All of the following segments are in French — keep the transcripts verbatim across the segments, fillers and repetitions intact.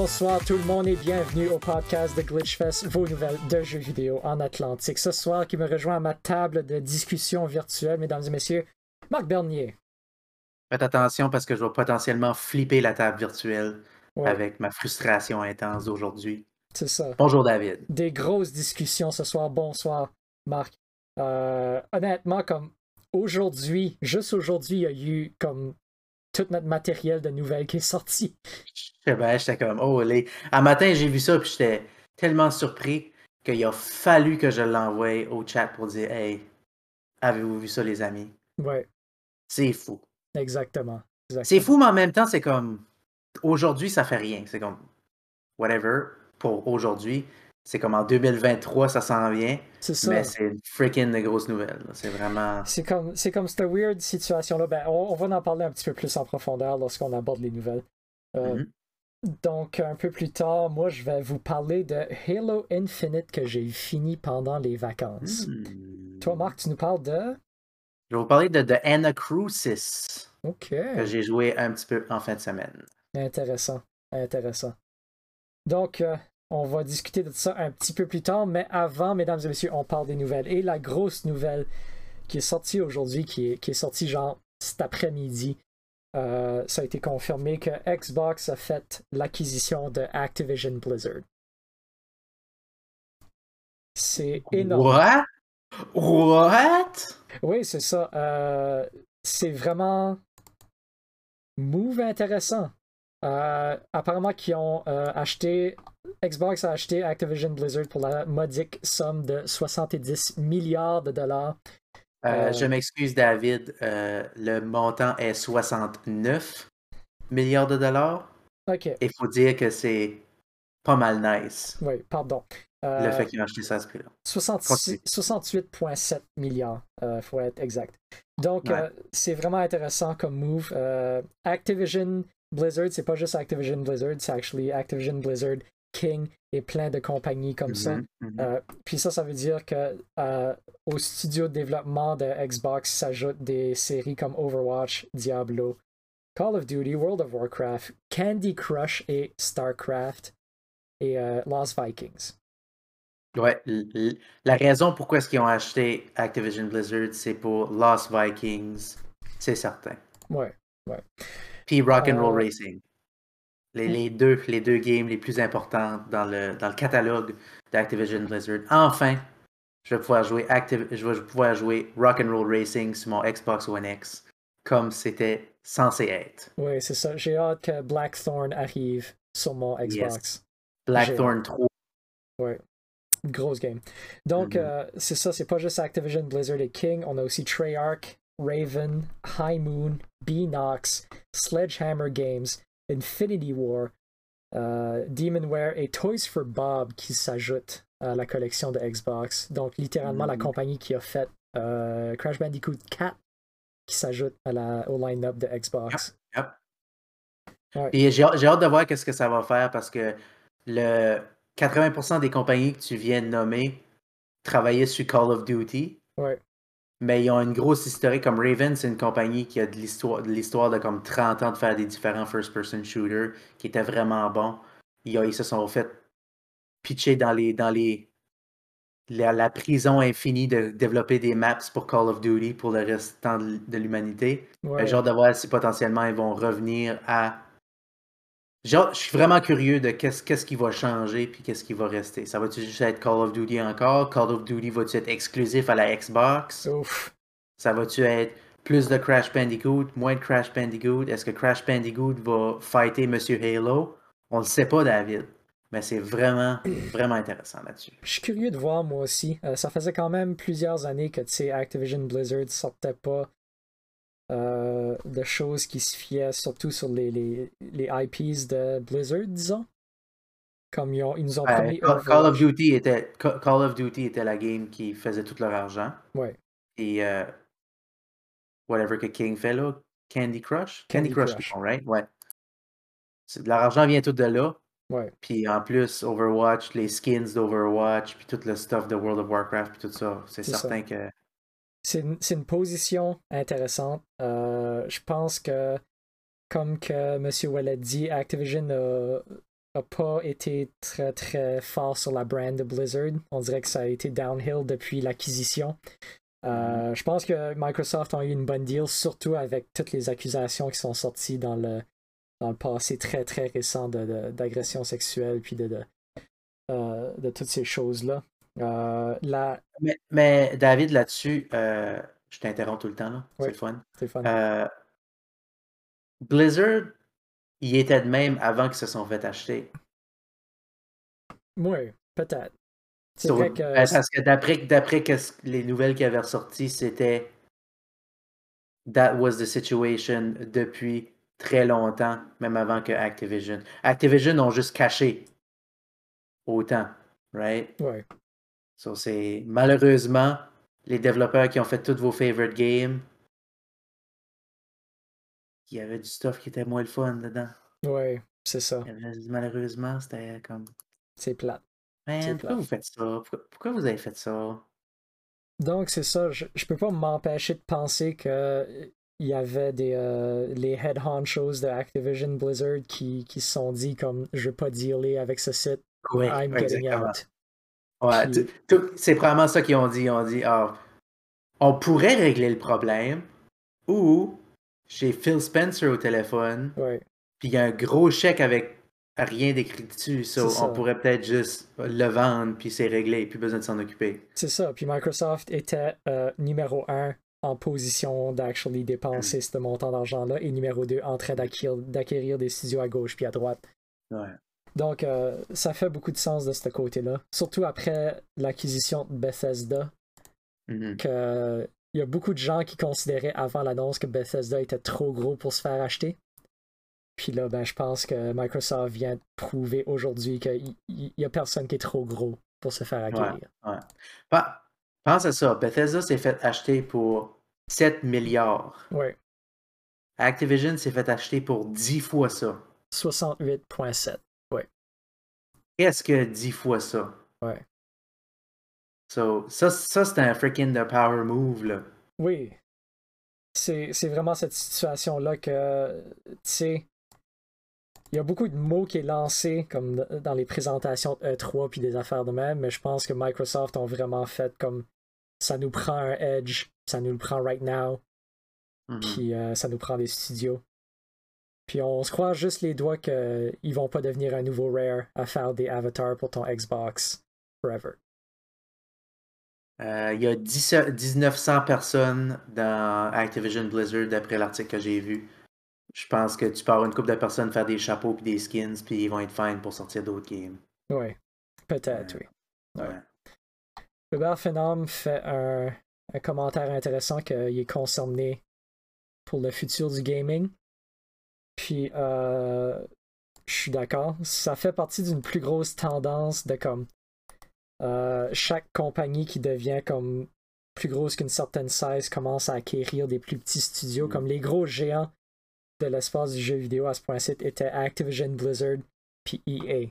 bonsoir tout le monde et bienvenue au podcast de Glitchfest, vos nouvelles de jeux vidéo en Atlantique. Ce soir, qui me rejoint à ma table de discussion virtuelle, mesdames et messieurs, Marc Bernier. Faites attention parce que je vais potentiellement flipper la table virtuelle Ouais, avec ma frustration intense d'aujourd'hui. c'est ça. Bonjour David. Des grosses discussions ce soir. Bonsoir, Marc. Euh, honnêtement, comme aujourd'hui, juste aujourd'hui, il y a eu comme tout notre matériel de nouvelles qui est sorti. Eh ben, j'étais comme, oh, les... Un matin, j'ai vu ça, puis j'étais tellement surpris qu'il a fallu que je l'envoie au chat pour dire, hey, avez-vous vu ça, les amis? Ouais, C'est fou. exactement. exactement. C'est fou, mais en même temps, c'est comme, aujourd'hui, ça fait rien. C'est comme, whatever, pour aujourd'hui. C'est comme en deux mille vingt-trois, ça s'en vient. C'est ça. Mais c'est une freaking de grosse nouvelle. C'est vraiment... C'est comme, c'est comme cette weird situation-là. Ben, on, on va en parler un petit peu plus en profondeur lorsqu'on aborde les nouvelles. Euh, Mhm. Donc, un peu plus tard, moi, je vais vous parler de Halo Infinite que j'ai fini pendant les vacances. Hmm. Toi, Marc, tu nous parles de... Je vais vous parler de The Anacrusis, OK. que j'ai joué un petit peu en fin de semaine. Intéressant. Intéressant. Donc, euh, on va discuter de ça un petit peu plus tard, mais avant, mesdames et messieurs, on parle des nouvelles. Et la grosse nouvelle qui est sortie aujourd'hui, qui est, qui est sortie genre cet après-midi, euh, ça a été confirmé que Xbox a fait l'acquisition de Activision Blizzard. C'est énorme. What? What? Oui, c'est ça. Euh, c'est vraiment move intéressant. Euh, apparemment qu'ils ont euh, acheté, Xbox a acheté Activision Blizzard pour la modique somme de soixante-dix milliards de dollars. Euh, Euh, je m'excuse, David. Euh, le montant est soixante-neuf milliards de dollars. ok, Il faut dire que c'est pas mal nice, oui, pardon. le Euh, fait qu'ils ont acheté ça à ce prix-là. Continue. soixante-huit virgule sept milliards, euh, faut être exact. Donc, Ouais. euh, c'est vraiment intéressant comme move. Euh, Activision Blizzard, c'est pas juste Activision Blizzard, c'est actually Activision Blizzard, King et plein de compagnies comme ça. Mhm, mhm. Euh, puis ça, ça veut dire que euh, au studio de développement de Xbox s'ajoutent des séries comme Overwatch, Diablo, Call of Duty, World of Warcraft, Candy Crush et StarCraft et euh, Lost Vikings. Ouais, l- l- la raison pourquoi est-ce qu'ils ont acheté Activision Blizzard, c'est pour Lost Vikings, c'est certain. Ouais, ouais. Puis Rock'n'Roll Euh, Racing. Les, les deux, les deux games les plus importantes dans le, dans le catalogue d'Activision Blizzard. Enfin, je vais pouvoir jouer Activ- je vais pouvoir jouer Rock'n'Roll Racing sur mon Xbox One X comme c'était censé être. Oui, c'est ça. J'ai hâte que Blackthorn arrive sur mon Yes. Xbox. Blackthorn trois. Ouais. Grosse game. Donc, Mhm. euh, c'est ça, c'est pas juste Activision, Blizzard et King. On a aussi Treyarch, Raven, High Moon, Beanox, Sledgehammer Games, Infinity War, euh, Demonware et Toys for Bob qui s'ajoutent à la collection de Xbox. Donc, littéralement, la Mhm. compagnie qui a fait euh, Crash Bandicoot quatre qui s'ajoute à la, au line-up de Xbox. Yep. Ouais. Et j'ai j'ai hâte de voir qu'est-ce que ça va faire parce que le quatre-vingts pour cent des compagnies que tu viens de nommer travaillaient sur Call of Duty. Ouais. Mais ils ont une grosse historique. Comme Raven, c'est une compagnie qui a de l'histoire de, l'histoire de comme trente ans de faire des différents first-person shooters qui étaient vraiment bons. Ils, ils se sont fait pitcher dans les dans les la, la prison infinie de développer des maps pour Call of Duty pour le restant de, de l'humanité. Ouais. J'ai hâte de voir si potentiellement ils vont revenir à. Genre, je suis vraiment curieux de qu'est-ce qu'est-ce qui va changer puis qu'est-ce qui va rester. Ça va-tu juste être Call of Duty encore? Call of Duty va-tu être exclusif à la Xbox? Ouf. Ça va-tu être plus de Crash Bandicoot, moins de Crash Bandicoot? Est-ce que Crash Bandicoot va fighter Monsieur Halo? On le sait pas, David. Mais c'est vraiment, vraiment intéressant là-dessus. Je suis curieux de voir moi aussi. Euh, ça faisait quand même plusieurs années que Activision Blizzard sortait pas euh, de choses qui se fiaient surtout sur les, les, les I Ps de Blizzard, disons. Comme ils, ont, ils nous ont Euh, promis Call, Call of Overwatch. Duty était Ca- Call of Duty était la game qui faisait tout leur argent. Ouais, Et euh, whatever que King fait là, Candy Crush? Candy, Candy Crush, Crush. non, right? Ouais. C'est- L'argent vient tout de là. Ouais, Puis en plus, Overwatch, les skins d'Overwatch, puis tout le stuff de World of Warcraft, puis tout ça, c'est c'est ça. certain que. C'est une, c'est une position intéressante. Euh, je pense que, comme que M. Ouellet dit, Activision a, a pas été très très fort sur la brand de Blizzard. On dirait que ça a été downhill depuis l'acquisition. Euh, mm-hmm. Je pense que Microsoft a eu une bonne deal, surtout avec toutes les accusations qui sont sorties dans le, dans le passé très très récent de, de, d'agression sexuelle puis de, de, euh, de toutes ces choses-là. Euh, la... mais, mais David, là-dessus, euh, je t'interromps tout le temps, là. Oui, c'est le fun. C'est fun. Euh, Blizzard, il était de même avant qu'ils se sont fait acheter. Oui, peut-être. C'est so, vrai que... ben, parce que d'après, d'après que les nouvelles qui avaient ressorties, c'était that was the situation depuis très longtemps, même avant que Activision. Activision ont juste caché autant, right? Oui. So, c'est malheureusement les développeurs qui ont fait toutes vos favorite games, il y avait du stuff qui était moins le fun dedans. Oui, c'est ça. Avait, malheureusement, c'était comme. C'est plate. Man, c'est pourquoi plate. vous faites ça? Pourquoi, pourquoi vous avez fait ça? Donc, c'est ça. Je, je peux pas m'empêcher de penser que il y avait des euh, les head honchos de Activision Blizzard qui, qui se sont dit comme je veux pas dealer avec ce site. Oui, I'm getting exactement. out. Ouais, Puis... c'est probablement ça qu'ils ont dit. Ils ont dit ah, on pourrait régler le problème ou j'ai Phil Spencer au téléphone. Ouais. Puis il y a un gros chèque avec rien d'écrit dessus. So ça. On pourrait peut-être juste le vendre, puis c'est réglé, plus besoin de s'en occuper. C'est ça. Puis Microsoft était euh, numéro un en position d'actually dépenser mm. ce montant d'argent-là et numéro deux en train d'acquérir, d'acquérir des studios à gauche puis à droite. Ouais. Donc, euh, ça fait beaucoup de sens de ce côté-là. Surtout après l'acquisition de Bethesda. Mm-hmm. Que il y a beaucoup de gens qui considéraient avant l'annonce que Bethesda était trop gros pour se faire acheter. Puis là, ben, je pense que Microsoft vient de prouver aujourd'hui qu'il n'y a personne qui est trop gros pour se faire acquérir. Ouais, ouais. Pense à ça. Bethesda s'est fait acheter pour sept milliards. Ouais. Activision s'est fait acheter pour dix fois ça. soixante-huit virgule sept. Ouais. Qu'est-ce que dix fois ça? Ouais. So, ça, ça c'est un freaking the power move, là. Oui. C'est, c'est vraiment cette situation-là que, tu sais, il y a beaucoup de mots qui est lancé comme dans les présentations de E trois puis des affaires de même, mais je pense que Microsoft ont vraiment fait comme ça nous prend un edge, ça nous le prend right now, mm-hmm. puis euh, ça nous prend des studios. Puis on se croise juste les doigts qu'ils vont pas devenir un nouveau Rare à faire des avatars pour ton Xbox forever. Il euh, y a dix-neuf cents personnes dans Activision Blizzard d'après l'article que j'ai vu. Je pense que tu peux avoir une couple de personnes faire des chapeaux puis des skins, puis ils vont être fine pour sortir d'autres games. Oui, peut-être, ouais. oui. Ouais. Hubert Phenom fait un, un commentaire intéressant qu'il est concerné pour le futur du gaming. Puis, euh, je suis d'accord. Ça fait partie d'une plus grosse tendance de comme euh, chaque compagnie qui devient comme plus grosse qu'une certaine size commence à acquérir des plus petits studios, mm. comme les gros géants de l'espace du jeu vidéo à ce point-ci étaient Activision Blizzard puis E A.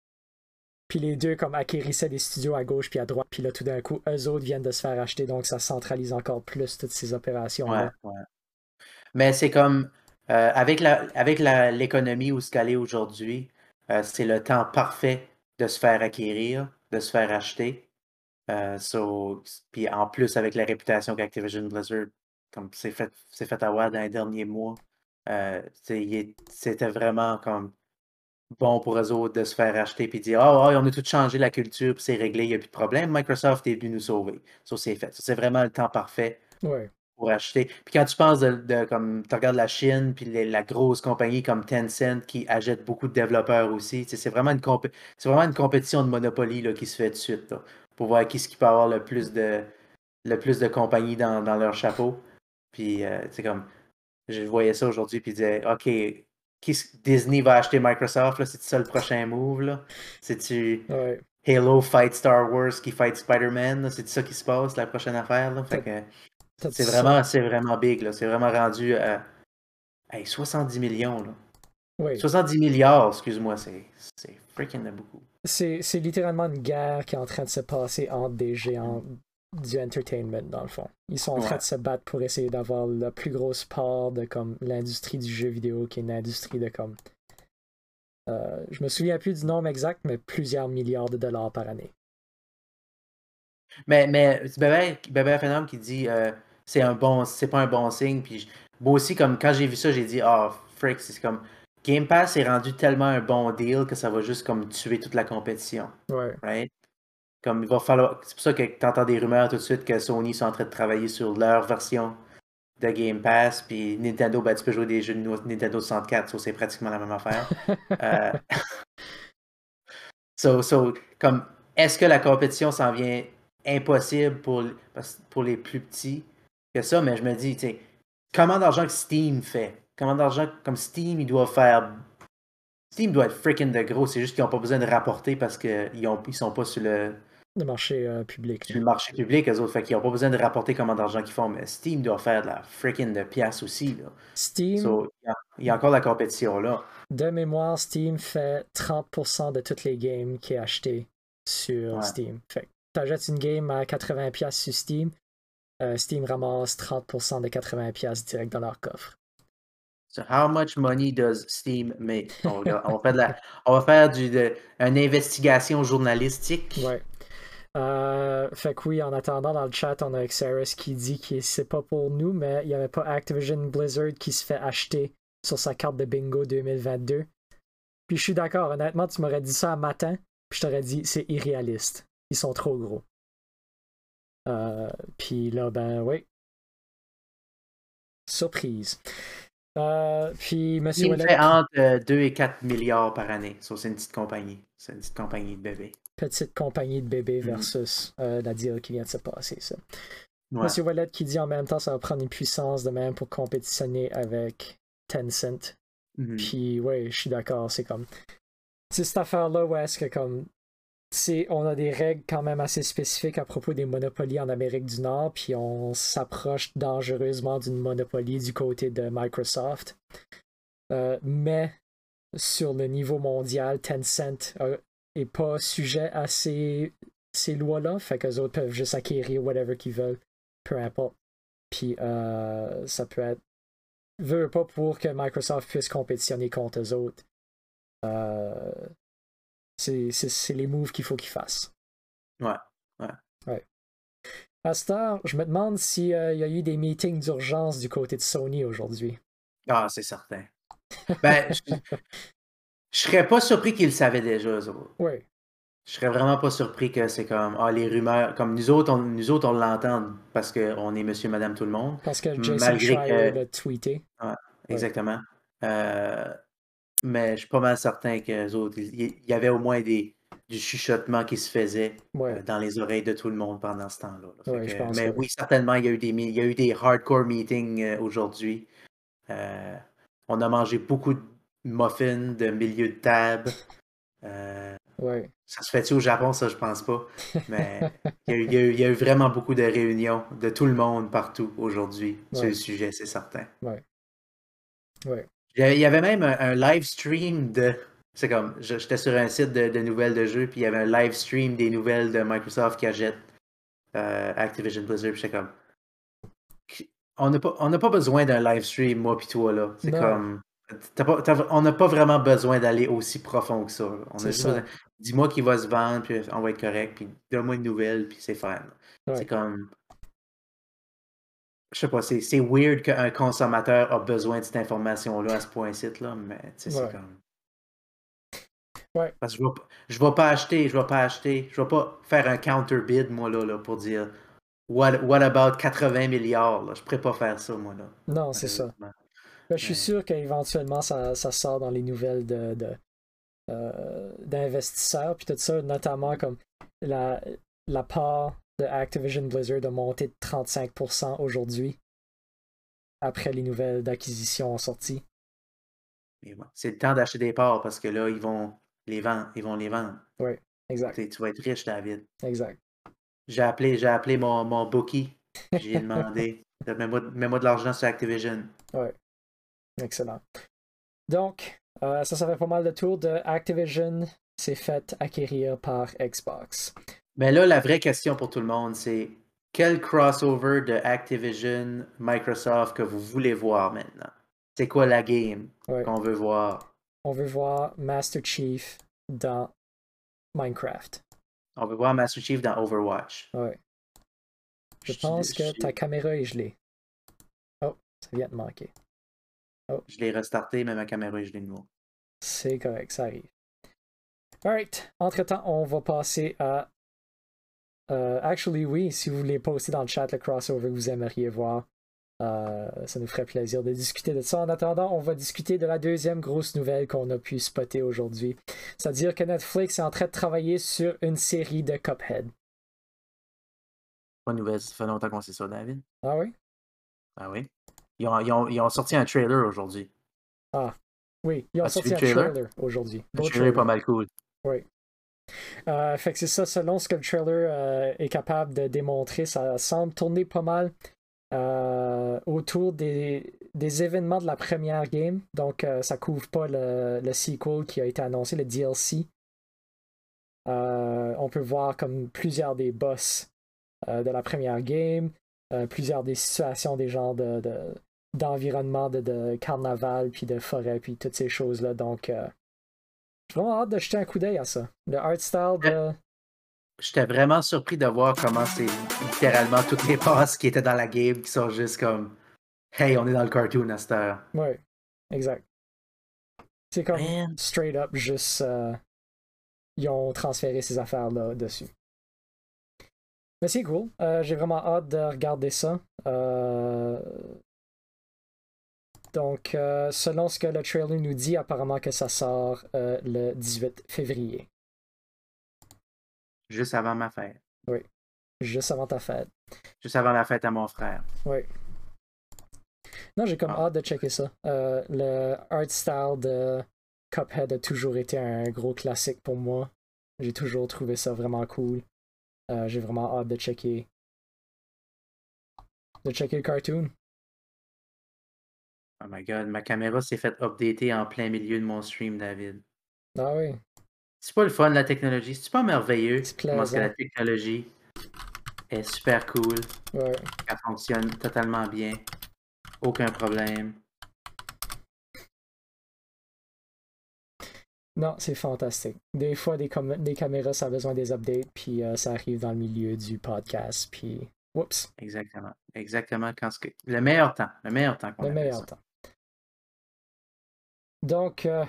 Puis les deux comme acquérissaient des studios à gauche puis à droite, puis là tout d'un coup eux autres viennent de se faire acheter, donc ça centralise encore plus toutes ces opérations là. Ouais, ouais. Mais c'est comme euh, avec la avec la, l'économie où ce qu'elle est aujourd'hui, euh, c'est le temps parfait de se faire acquérir, de se faire acheter. Euh, so, puis en plus avec la réputation qu'Activision Blizzard comme c'est fait c'est fait avoir dans les derniers mois. Euh, c'était vraiment comme bon pour eux autres de se faire acheter puis dire oh, oh, on a tout changé la culture puis c'est réglé, il n'y a plus de problème. Microsoft est venu nous sauver. Ça, c'est fait. Ça, c'est vraiment le temps parfait ouais. pour acheter. Puis quand tu penses de, de comme tu regardes la Chine puis les, la grosse compagnie comme Tencent qui achète beaucoup de développeurs aussi, c'est vraiment une comp- c'est vraiment une compétition de Monopoly là, qui se fait de suite là, pour voir qui ce qui peut avoir le plus de le plus de compagnies dans, dans leur chapeau. Puis euh, c'est comme je voyais ça aujourd'hui puis je disais OK, qui, Disney va acheter Microsoft, là, c'est ça le prochain move là? C'est-tu ouais. Halo fight Star Wars qui fight Spider-Man, c'est ça qui se passe la prochaine affaire là? Fait que c'est vraiment, c'est vraiment big là, c'est vraiment rendu à hey, soixante-dix millions là. Oui. soixante-dix milliards, excuse-moi, c'est c'est freaking beaucoup. C'est, c'est littéralement une guerre qui est en train de se passer entre des géants du entertainment, dans le fond. Ils sont en train ouais. de se battre pour essayer d'avoir la plus grosse part de comme l'industrie du jeu vidéo, qui est une industrie de comme Euh, je me souviens plus du nombre exact, mais plusieurs milliards de dollars par année. Mais, mais c'est Bébé, Bébé Phénom qui dit euh, c'est un bon, c'est pas un bon signe. Puis je- moi aussi, comme quand j'ai vu ça, j'ai dit ah, frick, c'est comme Game Pass est rendu tellement un bon deal que ça va juste comme tuer toute la compétition. Ouais. Right? Comme il va falloir. C'est pour ça que tu entends des rumeurs tout de suite que Sony sont en train de travailler sur leur version de Game Pass. Puis Nintendo, ben, tu peux jouer des jeux de Nintendo soixante-quatre, so c'est pratiquement la même affaire. euh, so, so, comme est-ce que la compétition s'en vient impossible pour, pour les plus petits que ça? Mais je me dis, tu sais, comment d'argent que Steam fait? Comment d'argent comme Steam, il doit faire. Steam doit être freaking de gros. C'est juste qu'ils n'ont pas besoin de rapporter parce qu'ils ils sont pas sur le. Le marché euh, public. Sur le marché public, eux autres. Fait qu'ils n'ont pas besoin de rapporter comment d'argent qu'ils font. Mais Steam doit faire de la freaking de pièces aussi. Là. Steam. So, il, y a, il y a encore la compétition là. De mémoire, Steam fait trente pour cent de toutes les games qui est acheté sur Ouais. Steam. Fait que t'achètes une game à quatre-vingts dollars sur Steam, euh, Steam ramasse trente pour cent de quatre-vingts dollars direct dans leur coffre. So how much money does Steam make? On, regarde, on va faire, de la, on va faire du, de, une investigation journalistique. Ouais. Euh, fait que oui, en attendant, dans le chat, on a Xeris qui dit que c'est pas pour nous, mais il n'y avait pas Activision Blizzard qui se fait acheter sur sa carte de bingo deux mille vingt-deux. Puis je suis d'accord, honnêtement, tu m'aurais dit ça un matin, puis je t'aurais dit c'est irréaliste. Ils sont trop gros. Euh, puis là, ben oui. Surprise. Euh, puis Monsieur Il fait entre euh, deux et quatre milliards par année. So, c'est une petite compagnie. C'est une petite compagnie de bébés. Petite compagnie de bébés versus mm-hmm. euh, la deal qui vient de se passer, ça. Ouais. Monsieur Wallet qui dit en même temps ça va prendre une puissance de même pour compétitionner avec Tencent. Mm-hmm. Puis ouais, je suis d'accord, c'est comme. C'est cette affaire-là où est-ce que comme. C'est, on a des règles quand même assez spécifiques à propos des monopolies en Amérique du Nord, puis on s'approche dangereusement d'une monopolie du côté de Microsoft. Euh, mais sur le niveau mondial, Tencent n'est pas sujet à ces, ces lois-là, fait qu'eux autres peuvent juste acquérir whatever qu'ils veulent, peu importe. Puis euh, ça peut être veut pas pour que Microsoft puisse compétitionner contre eux autres. Euh, C'est, c'est, c'est les moves qu'il faut qu'ils fassent. Ouais, ouais. ouais. À cette heure, je me demande s'il euh, y a eu des meetings d'urgence du côté de Sony aujourd'hui. Ah, c'est certain. Ben, je, je serais pas surpris qu'ils le savaient déjà, eux autres. Oui. Je serais vraiment pas surpris que c'est comme, ah, les rumeurs, comme nous autres, on, nous autres, on l'entend parce qu'on est monsieur, madame, tout le monde. Parce que Jason Malgré Schreier que... l'a tweeté. Ouais, exactement. Ouais. Euh, mais je suis pas mal certain qu'eux autres, il y, y avait au moins des, du chuchotement qui se faisait ouais. euh, dans les oreilles de tout le monde pendant ce temps-là. Ouais, que, je pense mais que... oui, certainement, il y a eu des, il y a eu des hardcore meetings euh, aujourd'hui. Euh, on a mangé beaucoup de muffins de milieu de table. Euh, ouais. Ça se fait-tu au Japon, ça, je pense pas. Mais il y, a eu, il, y a eu, il y a eu vraiment beaucoup de réunions de tout le monde partout aujourd'hui ouais. sur le sujet, c'est certain. Ouais. Ouais. Il y avait même un, un live stream de. C'est comme, j'étais sur un site de, de nouvelles de jeux, puis il y avait un live stream des nouvelles de Microsoft qui achète euh, Activision Blizzard, puis j'étais comme. On n'a pas, on n'a pas besoin d'un live stream, moi puis toi, là. C'est comme. T'as pas, t'as, on n'a pas vraiment besoin d'aller aussi profond que ça. On a juste besoin, dis-moi qu'il va se vendre, puis on va être correct, puis donne-moi une nouvelle, puis c'est fun. Ouais. C'est comme. Je sais pas, c'est, c'est weird qu'un consommateur a besoin de cette information-là à ce point-ci, là, mais ouais. c'est comme. Ouais. Parce que je vais, je vais pas acheter, je vais pas acheter, je vais pas faire un counter bid, moi, là, là pour dire what, what about quatre-vingts milliards, là. Je pourrais pas faire ça, moi, là. Non, c'est ça. Ben, je suis sûr qu'éventuellement, ça, ça sort dans les nouvelles de, de, euh, d'investisseurs, puis tout ça, notamment comme la, la part de Activision Blizzard a monté de trente-cinq pour cent aujourd'hui, après les nouvelles d'acquisition ont sorti. Bon, c'est le temps d'acheter des parts, parce que là, ils vont les vendre. Ils vont les vendre. Oui, exact. T'sais, tu vas être riche, David. Exact. J'ai appelé, j'ai appelé mon, mon bookie. J'ai demandé, mets-moi, mets-moi de l'argent sur Activision. Oui. Excellent. Donc, euh, ça, ça fait pas mal de tour de Activision. C'est fait acquérir par Xbox. Mais là, la vraie question pour tout le monde, c'est quel crossover de Activision, Microsoft que vous voulez voir maintenant? C'est quoi la game ouais. qu'on veut voir? on veut voir Master Chief dans Minecraft. On veut voir Master Chief dans Overwatch. Ouais. Je Je- pense je- que ta caméra est gelée. Oh, ça vient de manquer. Je l'ai restarté, mais ma caméra est gelée de nouveau. C'est correct, ça arrive. Alright. Entre-temps, on va passer à... Euh, actually, oui, si vous voulez poster dans le chat le crossover que vous aimeriez voir, euh, ça nous ferait plaisir de discuter de ça. En attendant, on va discuter de la deuxième grosse nouvelle qu'on a pu spotter aujourd'hui. C'est-à-dire que Netflix est en train de travailler sur une série de Cuphead. Pas de nouvelle, ça fait longtemps qu'on sait ça, David. Ah oui? Ah oui? Ils ont, ils ont, ils ont sorti un trailer aujourd'hui. Ah, oui, ils ont As-tu sorti vu un le trailer? trailer aujourd'hui. Le Beau trailer est pas trailer. mal cool. Oui. Euh, fait que c'est ça, selon ce que le trailer euh, est capable de démontrer, ça semble tourner pas mal euh, autour des, des événements de la première game. Donc, euh, ça couvre pas le, le sequel qui a été annoncé, le D L C. Euh, on peut voir comme plusieurs des boss euh, de la première game, euh, plusieurs des situations des genres de, de, d'environnement, de, de carnaval, puis de forêt, puis toutes ces choses-là. Donc, euh, j'ai vraiment hâte de jeter un coup d'œil à ça. Le art style de... J'étais vraiment surpris de voir comment c'est littéralement toutes les passes qui étaient dans la game qui sont juste comme hey, on est dans le cartoon à cette heure. Ouais, exact. C'est comme Man. straight up, juste euh, ils ont transféré ces affaires-là dessus. Mais c'est cool. Euh, j'ai vraiment hâte de regarder ça. Euh... Donc, euh, selon ce que le trailer nous dit, apparemment que ça sort euh, le dix-huit février. Juste avant ma fête. Oui. Juste avant ta fête. Juste avant la fête à mon frère. Oui. Non, j'ai comme Ah. hâte de checker ça. Euh, le art style de Cuphead a toujours été un gros classique pour moi. J'ai toujours trouvé ça vraiment cool. Euh, j'ai vraiment hâte de checker. De checker le cartoon. Oh my god, ma caméra s'est faite updater en plein milieu de mon stream, David. Ah oui. C'est pas le fun, la technologie. C'est pas merveilleux. C'est Comment est-ce que plaisant. la technologie est super cool. Ouais. Elle fonctionne totalement bien. Aucun problème. Non, c'est fantastique. Des fois, des, com- des caméras, ça a besoin des updates, puis euh, ça arrive dans le milieu du podcast, puis oups. Exactement. Exactement quand ce que... Le meilleur temps. Le meilleur temps qu'on Le appelle meilleur ça. temps. Donc, euh,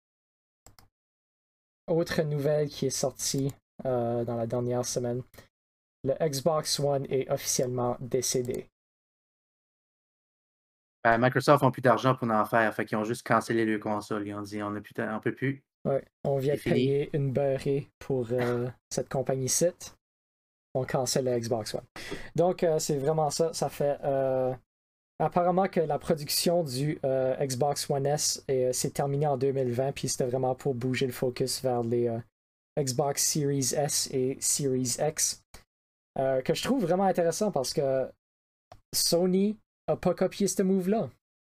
autre nouvelle qui est sortie euh, dans la dernière semaine. Le Xbox One est officiellement décédé. Ben, Microsoft n'a plus d'argent pour en faire. Fait qu'ils ont juste cancellé le console. Ils ont dit on ne peut plus. Ouais, on vient de C'est fini. payer une beurrée pour euh, cette compagnie-ci. On cancelle le Xbox One. Donc, euh, c'est vraiment ça. Ça fait... Euh, apparemment que la production du euh, Xbox One S est- s'est terminée en deux mille vingt, puis c'était vraiment pour bouger le focus vers les euh, Xbox Series S et Series X. Euh, que je trouve vraiment intéressant parce que Sony a pas copié ce move-là.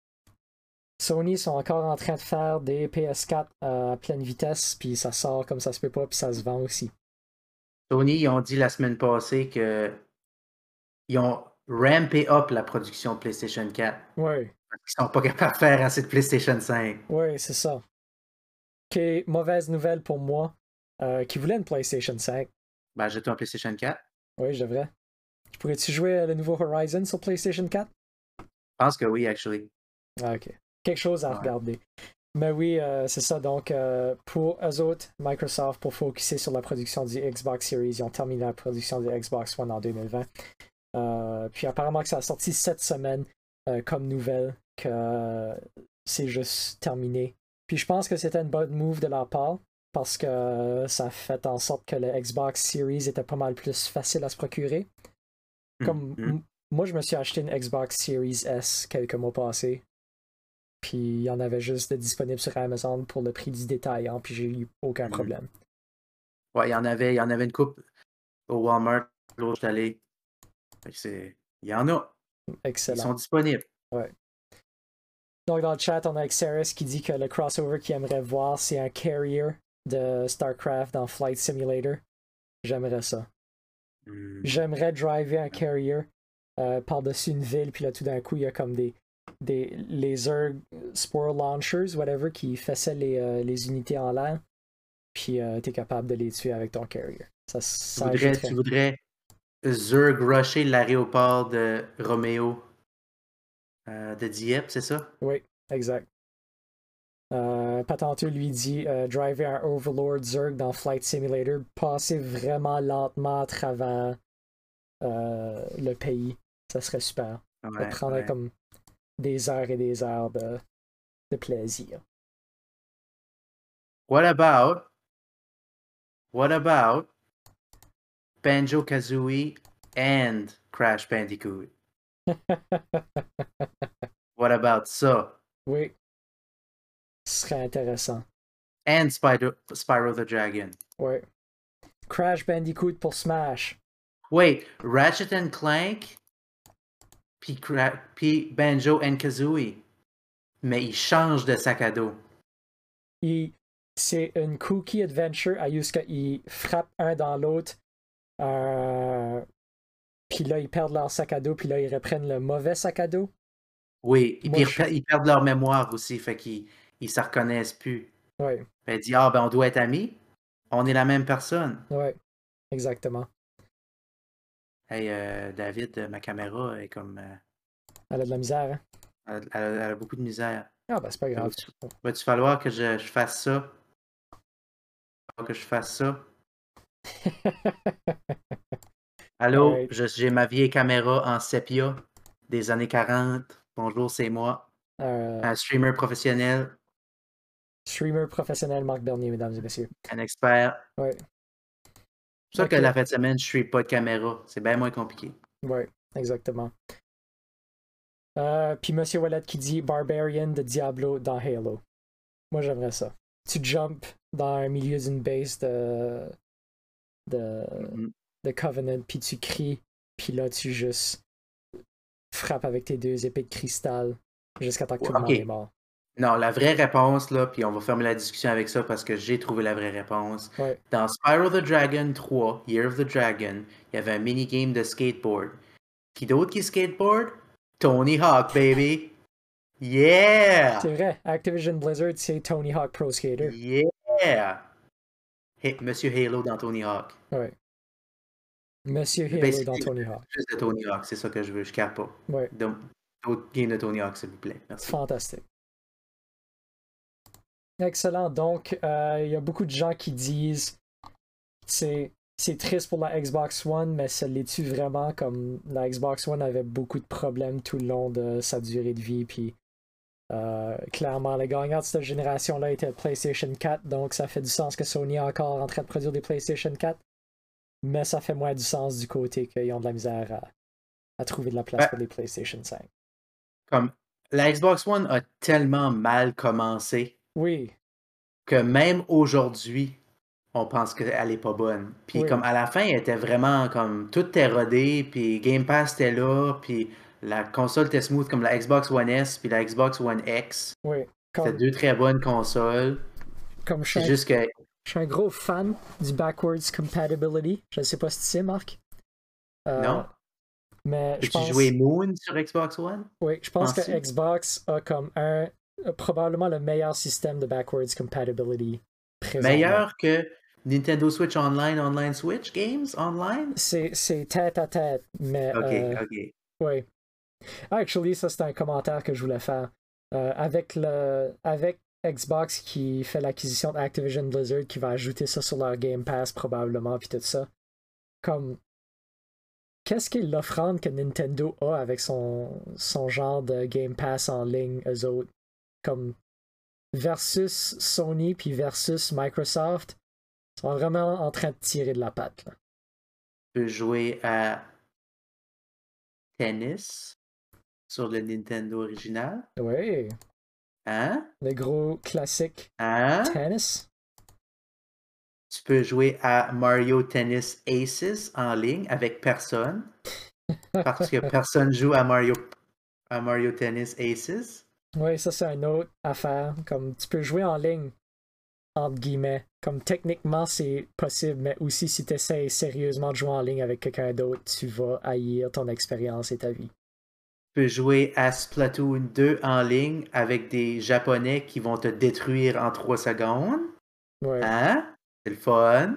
Sony sont encore en train de faire des P S quatre à pleine vitesse, puis ça sort comme ça se peut pas, puis ça se vend aussi. Sony, ils ont dit la semaine passée que ils ont rampé up la production de PlayStation quatre. Oui, Parce qu'ils sont pas capables de faire assez de PlayStation cinq. oui, c'est ça. Qui mauvaise nouvelle pour moi, euh, qui voulait une PlayStation cinq. Ben, j'ai un PlayStation quatre. Oui, je devrais. Pourrais-tu jouer à le nouveau Horizon sur PlayStation quatre? Je pense que oui, actually. Ah, ok. Quelque chose à Ouais. regarder. Mais oui, euh, c'est ça. Donc, euh, pour eux autres, Microsoft, pour focuser sur la production du Xbox Series, ils ont terminé la production du Xbox One en deux mille vingt. Euh, puis apparemment que ça a sorti cette semaine euh, comme nouvelle que euh, c'est juste terminé. Puis je pense que c'était une bonne move de leur part parce que euh, ça a fait en sorte que le Xbox Series était pas mal plus facile à se procurer. Comme Mm-hmm. m- moi, je me suis acheté une Xbox Series S quelques mois passés. Puis il y en avait juste de disponible sur Amazon pour le prix du détaillant, puis j'ai eu aucun Mm-hmm. problème. Ouais, il y en avait, il y en avait une coupe au Walmart. L'autre, j'étais allé. Fait que c'est... Il y en a. Excellent. Ils sont disponibles. Ouais. Donc dans le chat, on a Xeris qui dit que le crossover qu'il aimerait voir, c'est un carrier de StarCraft dans Flight Simulator. J'aimerais ça. Mm. J'aimerais driver un carrier euh, par-dessus une ville, puis là tout d'un coup, il y a comme des, des les Zerg Spore Launchers, whatever, qui faisaient les, euh, les unités en l'air. Puis euh, t'es capable de les tuer avec ton carrier. Ça, ça tu, voudrais, ajouterait. tu voudrais Zerg rusher l'aéroport de Roméo euh, de Dieppe, c'est ça? Oui, exact. Euh, Patenteux lui dit euh, driver un Overlord Zerg dans Flight Simulator, passer vraiment lentement à travers euh, le pays. Ça serait super. Ça Ouais, prendrait ouais. comme des heures et des heures de, de plaisir. What about What about Banjo-Kazooie and Crash Bandicoot? What about ça? Oui, ce serait intéressant. And Spider Spyro the Dragon. Oui. Crash Bandicoot pour Smash. Wait, Ratchet and Clank puis, Cra- puis Banjo and Kazooie. Mais ils changent de sac à dos. Il... C'est une cookie adventure à jusqu'à ils frappent un dans l'autre. Euh... Puis là, ils perdent leur sac à dos, puis là, ils reprennent le mauvais sac à dos. Oui, et Moi, puis je- ils perdent leur mémoire aussi, fait qu'ils ils se reconnaissent plus. Ouais, Elle dit, ah ben on doit être amis, on est la même personne. ouais, exactement. Hey, euh, David, euh, ma caméra est comme... euh, Elle a de la misère, hein? elle, elle- elle a beaucoup de misère. Ah, ben, c'est pas grave. Va-tu va-tu falloir que je, je fasse ça? Faut que je fasse ça? Allô, Alright. je- j'ai ma vieille caméra en sépia des années quarante. Bonjour, c'est moi. Euh, Un streamer professionnel, streamer professionnel Marc Bernier, mesdames et messieurs. un expert. Ouais, C'est pour ça Ok. que la fin de semaine, je ne pas de caméra. C'est bien moins compliqué. ouais, exactement. Euh, Puis Monsieur Wallet qui dit Barbarian de Diablo dans Halo. Moi, j'aimerais ça. Tu jumps dans un milieu d'une base de, de, Mhm. de Covenant, puis tu cries, puis là, tu juste frappes avec tes deux épées de cristal jusqu'à temps que tout le Ok. monde est mort. Non, la vraie réponse, là, puis on va fermer la discussion avec ça parce que j'ai trouvé la vraie réponse. Ouais, Dans Spyro the Dragon trois, Year of the Dragon, il y avait un mini-game de skateboard. Qui d'autre qui skateboard? Tony Hawk, baby! Yeah! c'est vrai. Activision Blizzard, c'est Tony Hawk Pro Skater. Yeah! Hey, Monsieur Halo dans Tony Hawk. Ouais. Monsieur Halo Basically, dans Tony Hawk. Plus de Tony Hawk, c'est ça que je veux, je capte pas. Ouais, Donc, d'autres games de Tony Hawk, s'il vous plaît. Merci. fantastique. Excellent. Donc, euh, il y a beaucoup de gens qui disent c'est c'est triste pour la Xbox One, mais ça l'est-tu vraiment? Comme la Xbox One avait beaucoup de problèmes tout le long de sa durée de vie, puis euh, clairement, le gagnant de cette génération-là était le PlayStation quatre, donc ça fait du sens que Sony est encore en train de produire des PlayStation quatre, mais ça fait moins du sens du côté qu'ils ont de la misère à, à trouver de la place Ben, pour les PlayStation cinq. Comme la Xbox One a tellement mal commencé Oui, que même aujourd'hui, on pense qu'elle est pas bonne. Puis Oui. comme à la fin, elle était vraiment comme tout était rodé, puis Game Pass était là, puis la console était smooth comme la Xbox One S puis la Xbox One X. oui. C'était Comme, deux très bonnes consoles. comme je C'est suis un- juste que je suis un gros fan du backwards compatibility. Je ne sais pas si tu sais, Marc. Euh, non. Mais je Peux-tu pense, jouer Moon sur Xbox One? oui, je pense que Penses-tu? Xbox a comme un a probablement le meilleur système de backwards compatibility présentement. Meilleur que Nintendo Switch Online, Online Switch Games Online? C'est, c'est tête à tête, mais Ok, euh, ok. oui. Actually, ça c'est un commentaire que je voulais faire. Euh, avec le avec Xbox qui fait l'acquisition d'Activision Blizzard qui va ajouter ça sur leur Game Pass probablement puis tout ça. Comme qu'est-ce qui est l'offrande que Nintendo a avec son, son genre de Game Pass en ligne, eux autres? Comme versus Sony puis versus Microsoft, ils sont vraiment en train de tirer de la patte. Là. Tu peux jouer à tennis sur le Nintendo original. Oui, Hein? le gros classique Hein? tennis. Tu peux jouer à Mario Tennis Aces en ligne avec personne. Parce que personne joue à Mario, à Mario Tennis Aces. Oui, ça c'est une autre affaire. Comme tu peux jouer en ligne, entre guillemets. Comme techniquement c'est possible, mais aussi si tu essaies sérieusement de jouer en ligne avec quelqu'un d'autre, tu vas haïr ton expérience et ta vie. peux jouer à Splatoon deux en ligne avec des Japonais qui vont te détruire en trois secondes. Ouais. Hein? C'est le fun.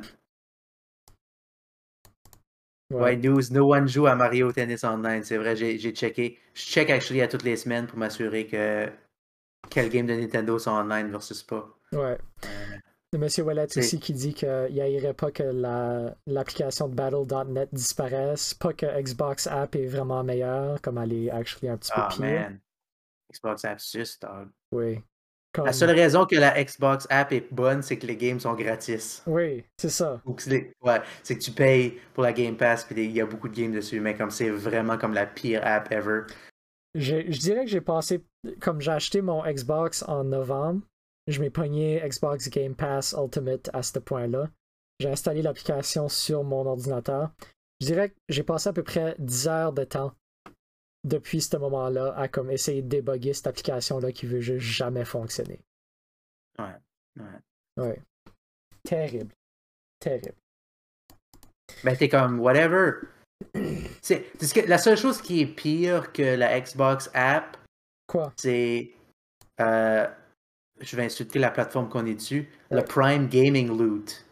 Ouais. Ouais, news, no one joue à Mario Tennis Online. C'est vrai, j'ai j'ai checké. Je check actually à toutes les semaines pour m'assurer que quel game de Nintendo sont online versus pas. Ouais. Euh, Le monsieur Wallet c'est- aussi qui dit qu'il n'irait pas que la- l'application de battle dot net disparaisse, pas que Xbox App est vraiment meilleure, comme elle est actually un petit peu Ah pire. man. Xbox App six, dog. Oui. La Comme... seule raison que la Xbox App est bonne, c'est que les games sont gratis. Oui, c'est ça. Ou que c'est ouais, c'est que tu payes pour la Game Pass, puis il y a beaucoup de games dessus, mais comme c'est vraiment comme la pire app ever. J'ai- Je dirais que j'ai passé, comme j'ai acheté mon Xbox en novembre, je m'ai pogné Xbox Game Pass Ultimate à ce point-là. J'ai installé l'application sur mon ordinateur. Je dirais que j'ai passé à peu près dix heures de temps depuis ce moment-là à comme essayer de débugger cette application-là qui veut juste jamais fonctionner. Ouais, ouais. Ouais. Terrible. Terrible. Ben t'es comme, whatever. C'est, c'est ce que, la seule chose qui est pire que la Xbox App, Quoi? c'est... euh, je vais insulter la plateforme qu'on est dessus. Ouais. Le Prime Gaming Loot.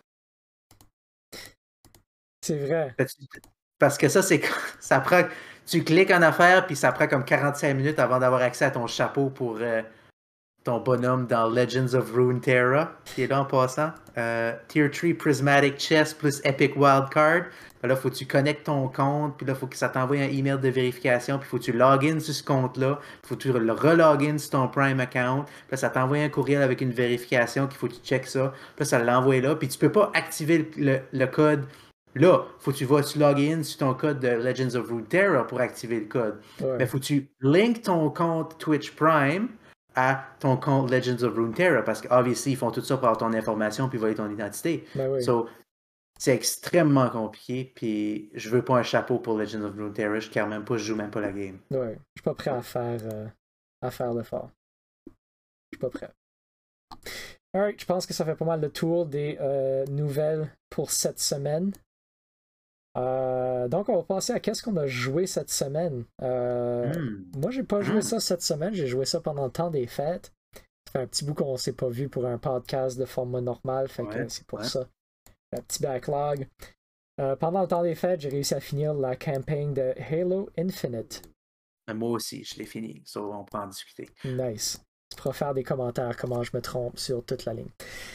C'est vrai. Parce que ça, c'est ça prend. Tu cliques en affaire, puis ça prend comme quarante-cinq minutes avant d'avoir accès à ton chapeau pour euh, ton bonhomme dans Legends of Runeterra, qui est là en passant. Euh, Tier trois Prismatic Chess plus Epic Wildcard. Là, faut que tu connectes ton compte, puis là, il faut que ça t'envoie un email de vérification, puis il faut que tu login sur ce compte-là, il faut que tu le relogin sur ton Prime account, puis là, ça t'envoie un courriel avec une vérification qu'il faut que tu checkes ça, puis là, ça l'envoie là, puis tu peux pas activer le, le, le code. Là, faut que tu vas tu login sur ton code de Legends of Runeterra pour activer le code. Ouais. Mais faut que tu link ton compte Twitch Prime à ton compte Legends of Runeterra parce qu'obviously, ils font tout ça pour avoir ton information puis voler ton identité. Ben oui. So, c'est extrêmement compliqué puis je veux pas un chapeau pour Legends of Runeterra. Je ne même pas, je joue même pas la game. Ouais. Je suis pas prêt à faire, euh, à faire l'effort. Je suis pas prêt. Alright, je pense que ça fait pas mal le tour des euh, nouvelles pour cette semaine. Euh, donc, on va passer à qu'est-ce qu'on a joué cette semaine. Euh, Mm. Moi, j'ai pas joué Mm. ça cette semaine. J'ai joué ça pendant le temps des fêtes. Ça fait un petit bout qu'on s'est pas vu pour un podcast de format normal. Fait Ouais, que c'est pour ouais. ça. Un petit backlog. Euh, pendant le temps des fêtes, j'ai réussi à finir la campagne de Halo Infinite. Moi aussi, je l'ai fini. So, on peut en discuter. Nice. Tu pourras faire des commentaires comment je me trompe sur toute la ligne.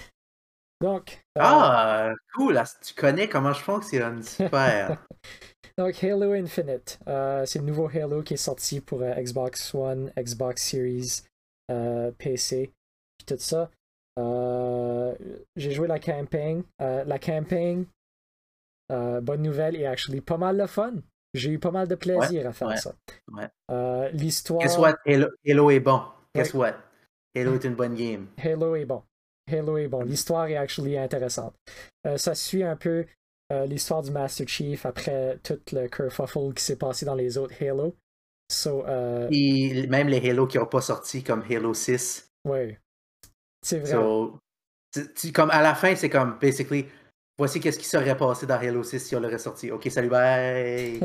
Donc. euh, Ah, cool. Tu connais comment je fonctionne. Super. Donc, Halo Infinite. Euh, c'est le nouveau Halo qui est sorti pour euh, Xbox One, Xbox Series, euh, P C, puis tout ça. Euh, j'ai joué la campagne. Euh, la campagne, euh, bonne nouvelle, est actually pas mal de fun. J'ai eu pas mal de plaisir Ouais, à faire ouais, ça. ouais. Euh, L'histoire. Guess what? Halo, Halo est bon. Guess Ouais. what? Halo est une bonne game. Halo est bon. Halo est bon. Mm. L'histoire est actually intéressante. Euh, ça suit un peu euh, l'histoire du Master Chief après tout le kerfuffle qui s'est passé dans les autres Halo. So, euh, Et même les Halo qui n'ont pas sorti comme Halo six. ouais. C'est vrai. So, tu- tu- comme à la fin, c'est comme basically, voici qu'est-ce qui serait passé dans Halo six si on l'aurait sorti. Ok, salut, bye!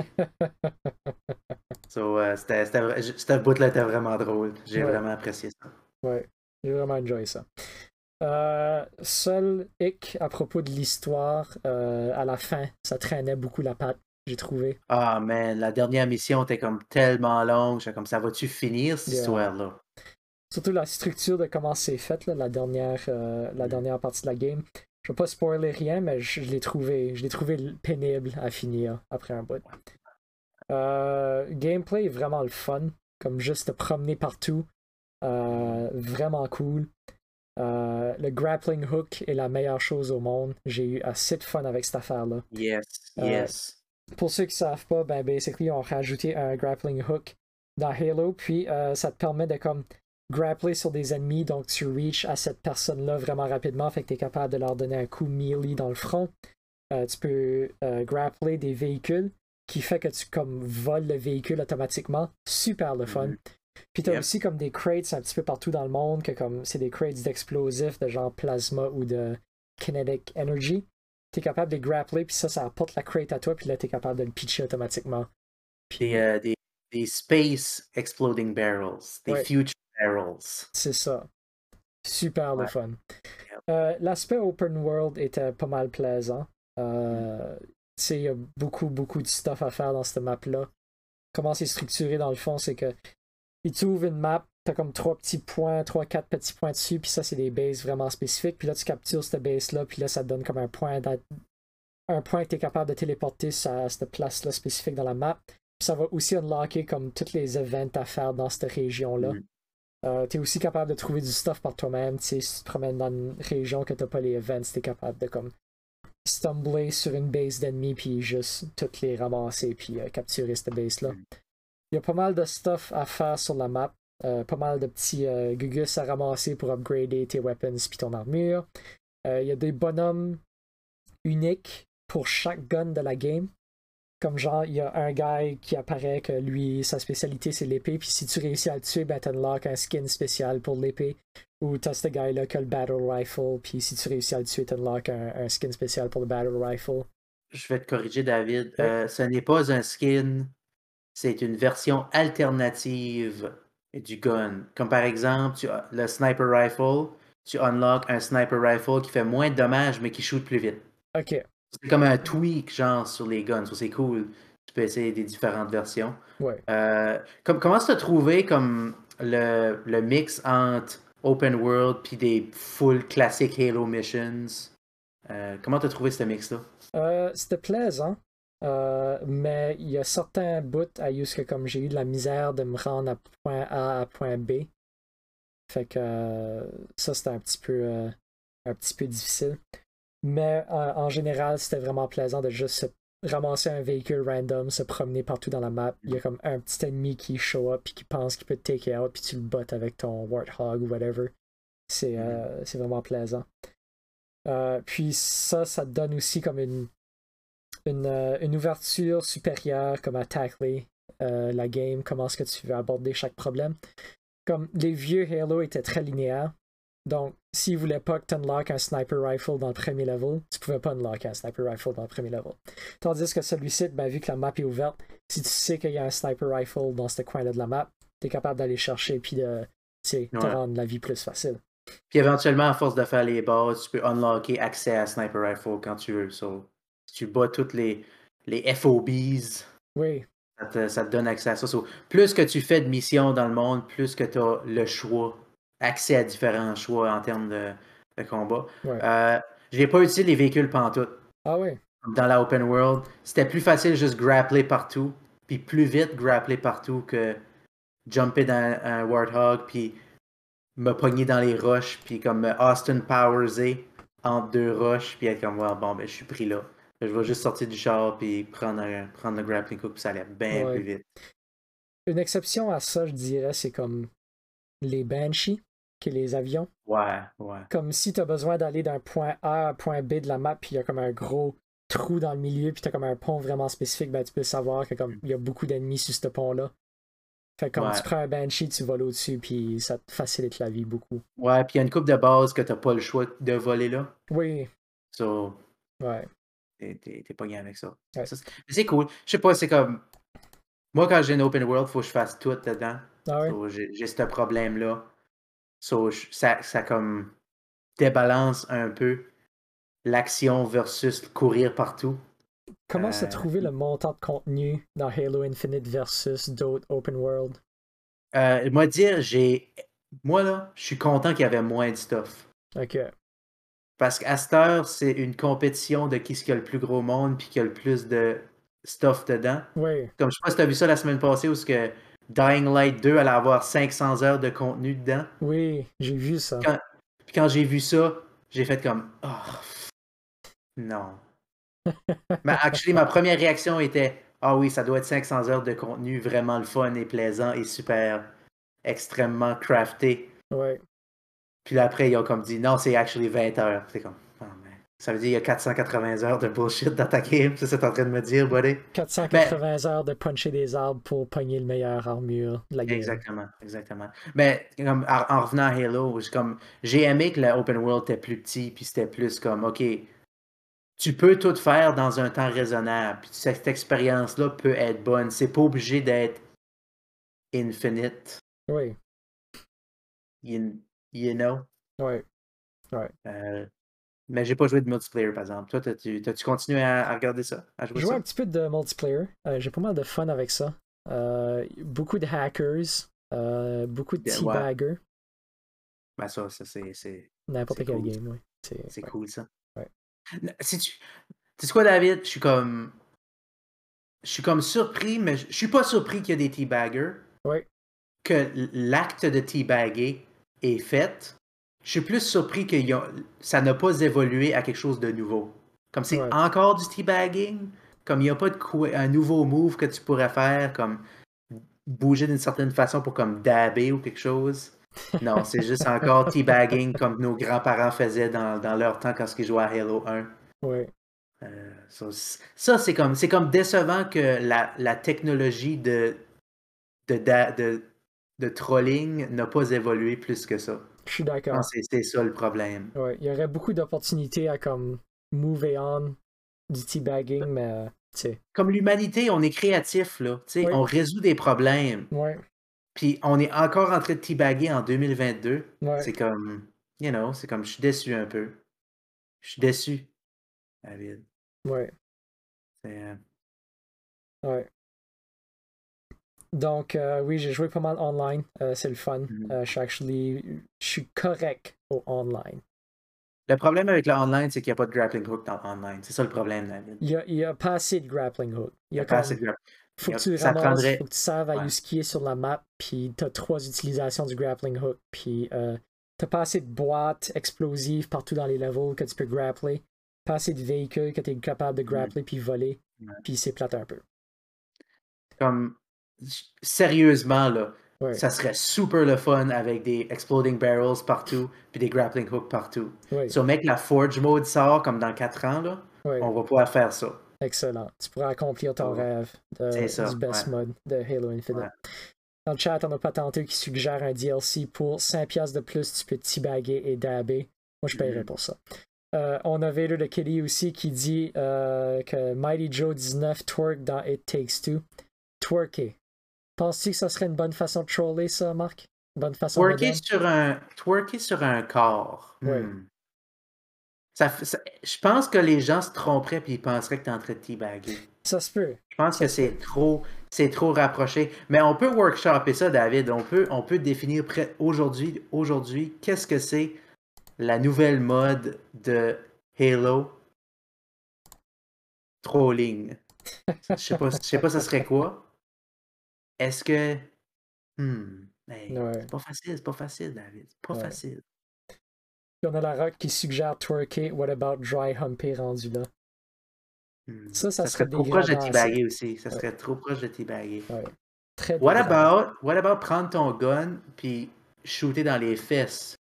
So, euh, c'était, c'était, vra- j- ce bout-là était vraiment drôle. J'ai Ouais. vraiment apprécié ça. Ouais. J'ai vraiment enjoyé ça. Euh, seul hic à propos de l'histoire, euh, à la fin, ça traînait beaucoup la patte, j'ai trouvé. Ah, man, la dernière mission était comme tellement longue. J'étais comme, ça va-tu finir cette Yeah. histoire-là? Surtout la structure de comment c'est fait, là, la, dernière, euh, la Mm. dernière partie de la game. Je vais pas spoiler rien, mais je, je l'ai trouvé, je l'ai trouvé pénible à finir après un bout. Euh, gameplay est vraiment le fun, comme juste te promener partout. Euh, vraiment cool. Euh, le grappling hook est la meilleure chose au monde. J'ai eu assez de fun avec cette affaire-là. Yes, Euh, yes. Pour ceux qui savent pas, ben basically, on a rajouté un grappling hook dans Halo, puis euh, ça te permet de comme grappler sur des ennemis, donc tu reach à cette personne-là vraiment rapidement, fait que tu es capable de leur donner un coup melee dans le front. Euh, tu peux euh, grappler des véhicules, qui fait que tu comme voles le véhicule automatiquement. Super le fun. Mhm. Puis t'as Yep. aussi comme des crates un petit peu partout dans le monde, que comme c'est des crates d'explosifs de genre plasma ou de kinetic energy. T'es capable de les grappler, puis ça, ça apporte la crate à toi, puis là, t'es capable de le pitcher automatiquement. Puis, Des, euh, des, des Space Exploding Barrels, des Ouais, Future Barrels. c'est ça. Super le Ouais. fun. Yep. Euh, L'aspect open world était pas mal plaisant. Mm. Euh, tu sais, il y a beaucoup, beaucoup de stuff à faire dans cette map-là. Comment c'est structuré dans le fond, c'est que il t'ouvre une map, t'as comme trois petits points, trois, quatre petits points dessus, puis ça, c'est des bases vraiment spécifiques. Puis là, tu captures cette base-là, puis là, ça te donne comme un point, un point que t'es capable de téléporter à cette place-là spécifique dans la map. Puis ça va aussi unlocker comme tous les events à faire dans cette région-là. Mm. Euh, t'es aussi capable de trouver du stuff par toi-même. Si tu te promènes dans une région que t'as pas les events, t'es capable de comme stumbler sur une base d'ennemis puis juste toutes les ramasser puis euh, capturer cette base-là. Mm. Il y a pas mal de stuff à faire sur la map. Euh, pas mal de petits euh, gugus à ramasser pour upgrader tes weapons puis ton armure. Euh, Il y a des bonhommes uniques pour chaque gun de la game. Comme genre, il y a un gars qui apparaît que lui, sa spécialité c'est l'épée, puis si tu réussis à le tuer, ben t'unlock un skin spécial pour l'épée. Ou t'as ce gars-là qui a le Battle Rifle, puis si tu réussis à le tuer, t'unlock un, un skin spécial pour le Battle Rifle. Je vais te corriger, David. Oui. Euh, ce n'est pas un skin, c'est une version alternative du gun. Comme par exemple, tu as le Sniper Rifle, tu unlock un Sniper Rifle qui fait moins de dommages, mais qui shoot plus vite. Ok, C'est comme un tweak, genre, sur les guns. So, c'est cool. Tu peux essayer des différentes versions. ouais. Euh, comme, comment tu as trouvé comme le, le mix entre open world puis des full classic Halo missions? Euh, comment tu as trouvé ce mix-là? Euh, C'était plaisant, euh, mais il y a certains bouts à use que comme j'ai eu de la misère de me rendre à point A à point B. Fait que euh, ça, c'était un petit peu euh, un petit peu difficile. Mais euh, en général, c'était vraiment plaisant de juste se ramasser un véhicule random, se promener partout dans la map. Il y a comme un petit ennemi qui show up puis qui pense qu'il peut te take out, puis tu le bottes avec ton Warthog ou whatever. C'est euh, c'est vraiment plaisant. Euh, puis ça, ça te donne aussi comme une, une, euh, une ouverture supérieure comme à tackler euh, la game, comment est-ce que tu veux aborder chaque problème. Comme les vieux Halo étaient très linéaires, donc s'ils voulaient pas que tu unlock un sniper rifle dans le premier level, tu pouvais pas unlock un sniper rifle dans le premier level. Tandis que celui-ci, ben, vu que la map est ouverte, si tu sais qu'il y a un sniper rifle dans ce coin-là de la map, tu es capable d'aller chercher puis de te Ouais. rendre la vie plus facile. Puis éventuellement, à force de faire les bases, tu peux unlocker accès à Sniper Rifle quand tu veux. So, si tu bats toutes les, les F O Bs, Oui, ça te, ça te donne accès à ça. So, plus que tu fais de missions dans le monde, plus que tu as le choix, accès à différents choix en termes de, de combat. ouais. Euh, j'ai pas utilisé les véhicules pantoute. Ah oui, Dans la open world, c'était plus facile juste grappler partout, puis plus vite grappler partout que jumper dans un Warthog, puis me pogner dans les roches, puis comme euh, Austin Powers entre deux roches, puis être comme, well, bon, ben, je suis pris là. Je vais juste sortir du char, puis prendre, un, prendre le grappling hook, puis ça allait bien ouais. plus vite. Une exception à ça, je dirais, c'est comme les Banshee, qui est les avions. Ouais, ouais. Comme si tu as besoin d'aller d'un point A à un point B de la map, puis il y a comme un gros trou dans le milieu, puis tu as comme un pont vraiment spécifique, ben tu peux savoir que comme il y a beaucoup d'ennemis sur ce pont-là. Fait que comme Ouais, tu prends un Banshee, tu voles au-dessus, puis ça te facilite la vie beaucoup. ouais, puis il y a une coupe de base que t'as pas le choix de voler là. Oui, So, ouais, t'es, t'es, t'es pogné avec ça. ouais. Ça, c'est mais c'est cool. Je sais pas, c'est comme. Moi, quand j'ai une open world, faut que je fasse tout dedans. Ah ouais? So, j'ai, j'ai ce problème-là. So, je- ça, ça comme débalance un peu l'action versus courir partout. Comment se Euh, trouver le montant de contenu dans Halo Infinite versus d'autres open world? euh, moi dire, j'ai. Moi là, je suis content qu'il y avait moins de stuff. Ok. Parce qu'à cette heure, c'est une compétition de qui ce qui a le plus gros monde puis qui a le plus de stuff dedans. Oui, Comme je sais pas si tu as vu ça la semaine passée où ce que Dying Light deux allait avoir cinq cents heures de contenu dedans. oui, j'ai vu ça. Quand, puis quand j'ai vu ça, j'ai fait comme oh non. Mais actually, ma première réaction était ah oui, ça doit être cinq cents heures de contenu vraiment le fun et plaisant et super extrêmement crafté. Ouais. Puis là, après, ils ont comme dit non, c'est actually vingt heures. C'est comme oh, man. Ça veut dire qu'il y a quatre cent quatre-vingts heures de bullshit dans ta game. C'est ça que t'es en train de me dire, buddy? Mais quatre cent quatre-vingts heures de puncher des arbres pour pogner le meilleur armure de la game. exactement, exactement. Mais comme, en, en revenant à Halo, j'ai comme j'ai aimé que la open world était plus petit, puis c'était plus comme OK, tu peux tout faire dans un temps raisonnable. Puis cette expérience-là peut être bonne. C'est pas obligé d'être Infinite. Oui. You, you know? Oui. Ouais. Euh, mais j'ai pas joué de multiplayer, par exemple. Toi, t'as-tu, t'as-tu continué à, à regarder ça? À jouer Je joue ça? un petit peu de multiplayer. Euh, j'ai pas mal de fun avec ça. Euh, beaucoup de hackers. Euh, beaucoup de De- ouais. teabaggers. Ben ça, ça c'est, c'est, N'importe c'est quel cool. game, oui. C'est, C'est ouais. cool, ça. Ouais. Si tu... Tu sais quoi, David? Je suis comme... Je suis comme surpris, mais je je suis pas surpris qu'il y ait des teabaggers. Ouais. Que l'acte de teabagger est fait. Je suis plus surpris que y a- ça n'a pas évolué à quelque chose de nouveau. Comme c'est Ouais. encore du teabagging, comme il n'y a pas de quoi- un nouveau move que tu pourrais faire, comme bouger d'une certaine façon pour comme dabber ou quelque chose. Non, c'est juste encore teabagging comme nos grands-parents faisaient dans, dans leur temps quand ils jouaient à Halo un. Ouais. Euh, ça, c'est- ça, c'est comme, c'est comme décevant que la, la technologie de, de, da- de, de trolling n'a pas évolué plus que ça. Je suis Je d'accord. pense que c'est c'est ça le problème. Ouais. Il y aurait beaucoup d'opportunités à comme move on du teabagging, mais euh, tu sais. Comme l'humanité, on est créatif, là. Tu sais, Oui. on résout des problèmes. Ouais. Puis on est encore en train de teabagger en deux mille vingt-deux. Ouais. C'est comme, you know, c'est comme, je suis déçu un peu. Je suis déçu, David. Ouais. C'est, euh, Ouais. Donc, euh, oui, j'ai joué pas mal online. Euh, c'est le fun. mhm. Euh, je suis actually... Je suis correct au online. Le problème avec le online, c'est qu'il n'y a pas de grappling hook dans l'online. C'est ça le problème, David. Il y a, il y a pas assez de grappling hook. Il Il y n'y a a pas comme... assez de grappling. Faut que Yep. tu Ça ramasses, prendrait. faut que tu saves à Ouais. où skier sur la map, puis t'as trois utilisations du grappling hook, puis euh, t'as pas assez de boîtes explosives partout dans les levels que tu peux grappler, pas assez de véhicules que t'es capable de grappler puis voler, Ouais. puis c'est plate un peu. Comme, sérieusement, là, Ouais. ça serait super le fun avec des exploding barrels partout, puis des grappling hooks partout. Ouais. Si on met que la Forge mode sort comme dans quatre ans, là, Ouais. on va pouvoir faire ça. Excellent. Tu pourras accomplir ton Oh. rêve de- C'est ça, du best ouais. mode de Halo Infinite. Ouais. Dans le chat, on a Patenté qui suggère un D L C pour cinq piastres de plus, tu peux teabagger et dabber. Moi, je paierais Mhm. pour ça. Euh, on a Vader de Kitty aussi qui dit euh, que Mighty Joe dix-neuf twerk dans It Takes Two. Twerker. Penses-tu que ça serait une bonne façon de troller ça, Marc? Une bonne façon Twerker moderne? sur un, twerker sur un corps. Ouais. Hmm. Ça, fait- ça- je pense que les gens se tromperaient puis ils penseraient que tu es en train de teabagger. Ça se peut. Je pense Ça que se c'est peut. trop, c'est trop rapproché. Mais on peut workshopper ça, David. On peut, on peut définir près- aujourd'hui, aujourd'hui, qu'est-ce que c'est la nouvelle mode de Halo trolling. Je sais pas, je sais pas, ça serait quoi. Est-ce que, hmm, hey, Ouais. c'est pas facile, c'est pas facile, David. C'est pas Ouais. facile. Puis on a la Rock qui suggère twerker. What about dry humper rendu là? Hmm. Ça, ça, Ça serait serait trop proche de dégradant assez. teabagger aussi. Ça Ouais. serait trop proche de teabagger. Ouais. Très What dégradant. about, what about prendre ton gun puis shooter dans les fesses?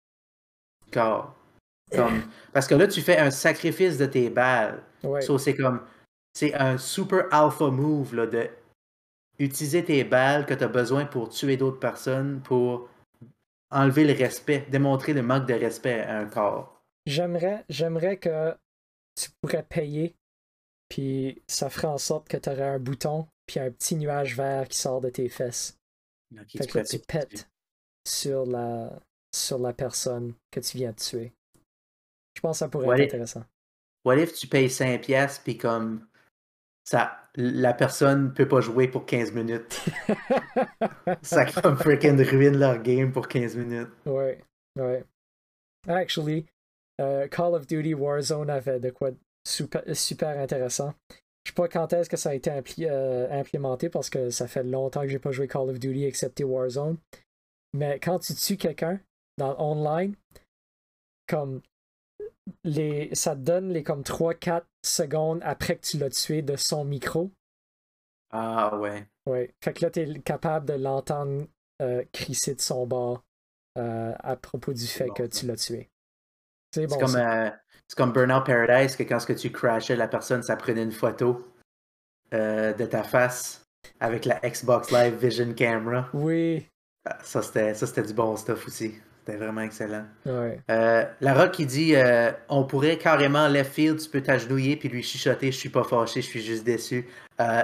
Corps. Comme, parce que là, tu fais un sacrifice de tes balles. Ouais. So, c'est comme, c'est un super alpha move là, de utiliser tes balles que tu as besoin pour tuer d'autres personnes, pour enlever le respect, démontrer le manque de respect à un corps. J'aimerais, j'aimerais que tu pourrais payer, puis ça ferait en sorte que tu aurais un bouton, puis un petit nuage vert qui sort de tes fesses. Donc, Fait que là, tu pètes sur la, sur la personne que tu viens de tuer. Je pense que ça pourrait What être if, intéressant. what if tu payes cinq piastres puis comme ça, la personne peut pas jouer pour quinze minutes. Ça comme freaking ruine leur game pour quinze minutes. Ouais, ouais. Actually, euh, Call of Duty Warzone avait de quoi de super, super intéressant. Je sais pas quand est-ce que ça a été impli- euh, implémenté parce que ça fait longtemps que j'ai pas joué Call of Duty excepté Warzone. Mais quand tu tues quelqu'un dans online, comme les, ça te donne les comme trois quatre secondes après que tu l'as tué de son micro. Ah ouais. Ouais. Fait que là, t'es capable de l'entendre euh, crisser de son bord euh, à propos du fait bon, que ça. tu l'as tué. C'est C'est bon. comme, ça. euh, c'est comme Burnout Paradise, que quand ce que tu crashais la personne, ça prenait une photo euh, de ta face avec la Xbox Live Vision Camera. Oui. Ah, Ça, c'était, ça, c'était du bon stuff aussi. C'était vraiment excellent. Ouais. Euh, la Rock qui dit euh, on pourrait carrément left field, tu peux t'agenouiller puis lui chuchoter je suis pas fâché, je suis juste déçu. Euh,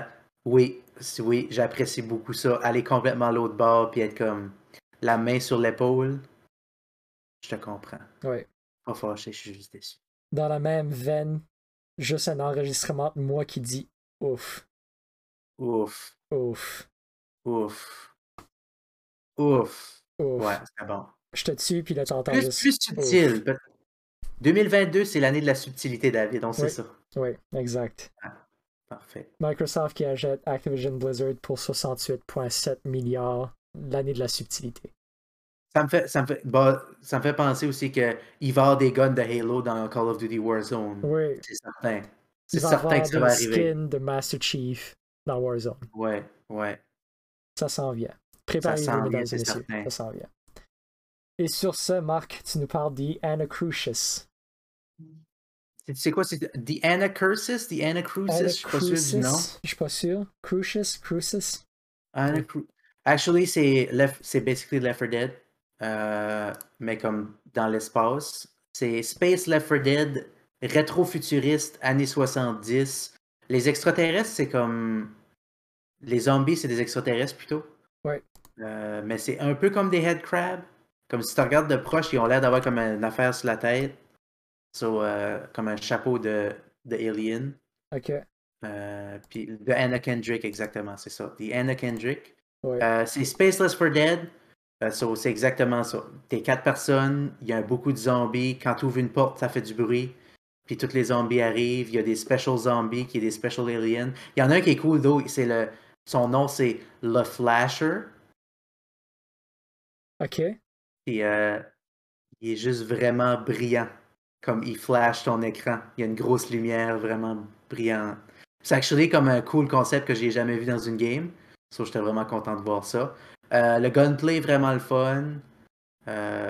Oui, c'est- oui, j'apprécie beaucoup ça. Aller complètement à l'autre bord puis être comme la main sur l'épaule. Je te comprends. Ouais. Pas fâché, je suis juste déçu. Dans la même veine, juste un enregistrement de moi qui dit ouf, Ouf, ouf, ouf, ouf. Ouais, ouf. c'est bon. Je te tue, puis là, t'entends Plus, juste plus ouf. subtil. peut- deux mille vingt-deux, c'est l'année de la subtilité, David, on sait Oui, ça. oui, exact. Ah, parfait. Microsoft qui achète Activision Blizzard pour soixante-huit virgule sept milliards l'année de la subtilité. Ça me fait, ça me fait, bah, ça me fait penser aussi qu'il va y avoir des guns de Halo dans Call of Duty Warzone. Oui, C'est certain. C'est il va y certain que avoir ça va des arriver. skins de Master Chief dans Warzone. Ouais, ouais. Ça s'en vient. Ça Préparez-vous, s'en vient, mesdames et c'est messieurs. certain. Ça s'en vient. Et sur ce, Marc, tu nous parles d'Anacrucius. C'est c'est quoi? C'est The Anacrusis? The Anacrusis? Je suis pas sûr du nom. Anacrucis, je suis pas sûr. Crucius, Crucis. Anacru- Actually, c'est Left- c'est basically Left four Dead, euh, mais comme dans l'espace. C'est Space Left four Dead, rétro-futuriste, années soixante-dix. Les extraterrestres, c'est comme... Les zombies, c'est des extraterrestres plutôt. Ouais. Euh, mais c'est un peu comme des headcrabs. Comme si tu regardes de proche, ils ont l'air d'avoir comme une affaire sur la tête. So, euh, comme un chapeau de, de alien. Ok. Euh, puis de Anna Kendrick, exactement, c'est ça. The Anna Kendrick. Ouais. Euh, c'est Spaceless for Dead. Euh, so, c'est exactement ça. T'es quatre personnes, il y a beaucoup de zombies. Quand tu ouvres une porte, ça fait du bruit. Puis tous les zombies arrivent. Il y a des special zombies qui est des special aliens. Il y en a un qui est cool, though. C'est le, son nom, c'est Le Flasher. Ok. Puis euh, il est juste vraiment brillant. Comme il flash ton écran. Il y a une grosse lumière vraiment brillante. C'est actually comme un cool concept que j'ai jamais vu dans une game. So, j'étais vraiment content de voir ça. Euh, le gunplay est vraiment le fun. Euh,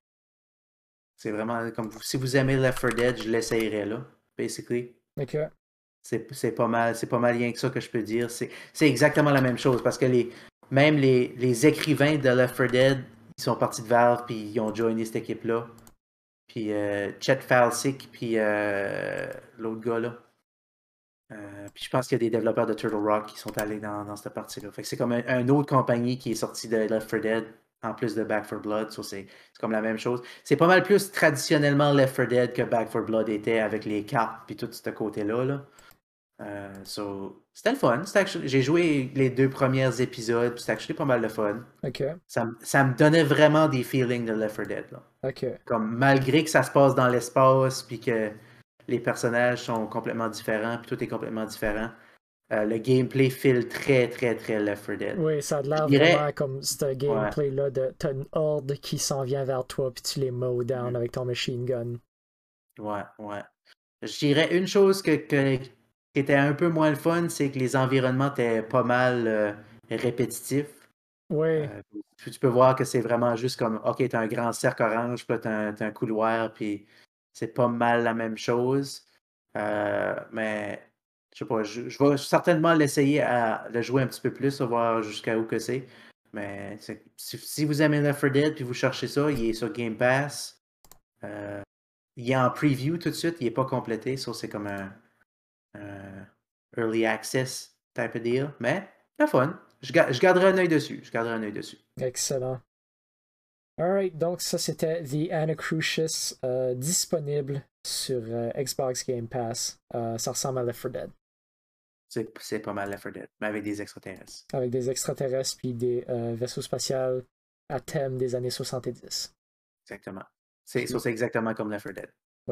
c'est vraiment comme si vous aimez Left four Dead, je l'essayerais là, basically. Ok. C'est, c'est pas mal, c'est pas mal rien que ça que je peux dire. C'est, c'est exactement la même chose parce que les, même les, les écrivains de Left four Dead, ils sont partis de Valve puis ils ont joiné cette équipe-là. Puis euh, Chet Falsick puis euh, l'autre gars là. Euh, puis je pense qu'il y a des développeurs de Turtle Rock qui sont allés dans, dans cette partie-là. Fait que c'est comme un, une autre compagnie qui est sortie de Left four Dead en plus de Back four Blood. So c'est, c'est comme la même chose. C'est pas mal plus traditionnellement Left four Dead que Back four Blood était avec les cartes puis tout ce côté-là. Là. Euh, so, c'était le fun. C'était actually- j'ai joué les deux premiers épisodes, puis c'était actually pas mal de fun. Ok. Ça, me- ça me donnait vraiment des feelings de Left four Dead. Là. Ok. Comme malgré que ça se passe dans l'espace, puis que les personnages sont complètement différents, puis tout est complètement différent, euh, le gameplay file très, très, très Left four Dead. Oui, ça a Je l'air dirais, vraiment comme ce gameplay-là de t'as une horde qui s'en vient vers toi puis tu les mow down Mhm. avec ton machine gun. ouais, ouais. Je dirais une chose que, que- qui était un peu moins le fun, c'est que les environnements étaient pas mal euh, répétitifs. Oui, Euh, puis tu peux voir que c'est vraiment juste comme, OK, t'as un grand cercle orange, puis là, t'as un, t'as un couloir, puis c'est pas mal la même chose. Euh, mais, je sais pas, je, je vais certainement l'essayer à le jouer un petit peu plus, à voir jusqu'à où que c'est. Mais c'est- si, si vous aimez Left four Dead, puis vous cherchez ça, il est sur Game Pass. Euh, il est en preview tout de suite, il n'est pas complété, ça c'est comme un, un early access type of deal. Mais, c'est fun. Je, ga- je garderai un œil dessus. Je garderai un œil dessus. excellent. Alright, donc ça c'était The Anacrucius euh, disponible sur euh, Xbox Game Pass. Euh, ça ressemble à Left four Dead. C'est, c'est pas mal Left four Dead, mais avec des extraterrestres. Avec des extraterrestres puis des euh, vaisseaux spatials à thème des années soixante-dix. Exactement. C'est, Puis- ça, c'est exactement comme Left four Dead. Oui.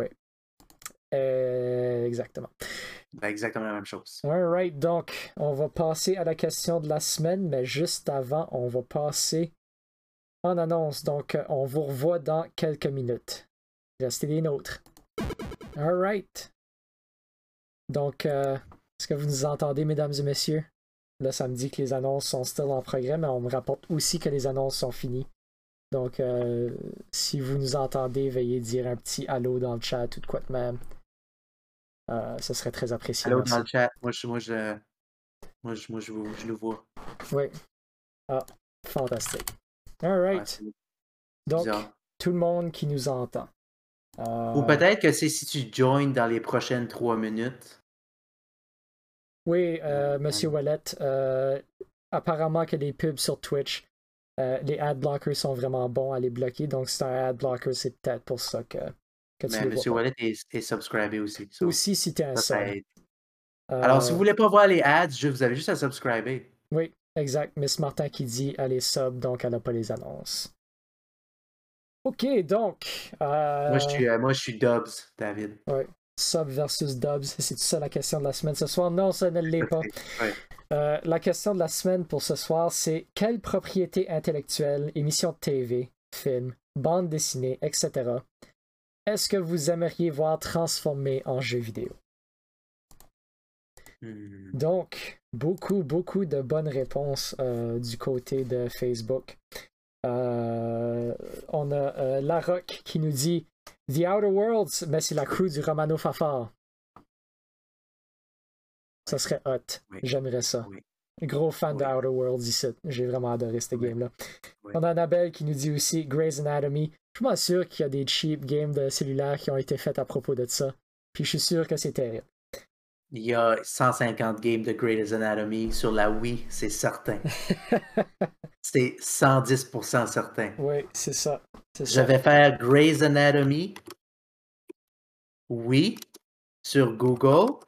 Euh, exactement. Ben, exactement la même chose. Alright, donc on va passer à la question de la semaine, mais juste avant, on va passer en annonce. Donc euh, on vous revoit dans quelques minutes. Restez des nôtres. Alright. Donc, euh, est-ce que vous nous entendez, mesdames et messieurs? Là, ça me dit que les annonces sont still en progrès, mais on me rapporte aussi que les annonces sont finies. Donc, euh, si vous nous entendez, veuillez dire un petit allô dans le chat ou de quoi de même. Euh, ce serait très apprécié. Allô merci. dans le chat. Moi, je, moi, je, moi, je, moi, je, vous- je le vois. Oui. Ah, fantastique. Ouais, Alright. c'est Donc, bizarre. tout le monde qui nous entend. Euh, Ou peut-être que c'est si tu joins dans les prochaines trois minutes. Oui, euh, Euh, Monsieur Wallet, euh, apparemment que les pubs sur Twitch, euh, les ad blockers sont vraiment bons à les bloquer. Donc, si c'est un ad blocker, c'est peut-être pour ça que, que tu mais les vois Monsieur pas. Wallet est, est subscribé aussi. So, Aussi, si t'es un ça, ça sub. aide. Alors, si Euh, vous voulez pas voir les ads, je- vous avez juste à subscriber. oui, exact. Miss Martin qui dit elle est sub, donc elle n'a pas les annonces. Ok, donc. Moi, je Euh, suis, euh, moi, je suis Dubs, David. ouais. Sub versus Dubs, c'est ça la question de la semaine ce soir? Non, ça ne l'est pas. Ouais. Euh, la question de la semaine pour ce soir, c'est quelle propriété intellectuelle, émission de T V, film, bande dessinée, et cetera est-ce que vous aimeriez voir transformer en jeu vidéo? Hmm. Donc, beaucoup, beaucoup de bonnes réponses euh, du côté de Facebook. Euh, on a euh, Larocque qui nous dit The Outer Worlds, mais c'est la crew du Romano Fafard. Ça serait hot. Oui. J'aimerais ça. Oui. Gros fan Oui. de Outer Worlds ici. J'ai vraiment adoré ce Oui. game-là. Oui. On a Annabelle qui nous dit aussi Grey's Anatomy. Je suis pas sûr qu'il y a des cheap games de cellulaire qui ont été faits à propos de ça. Puis je suis sûr que c'est terrible. Il y a cent cinquante games de Grey's Anatomy sur la Wii, c'est certain. C'est cent dix pour cent certain. Oui, c'est ça. Je ça. vais faire Grey's Anatomy, oui, sur Google.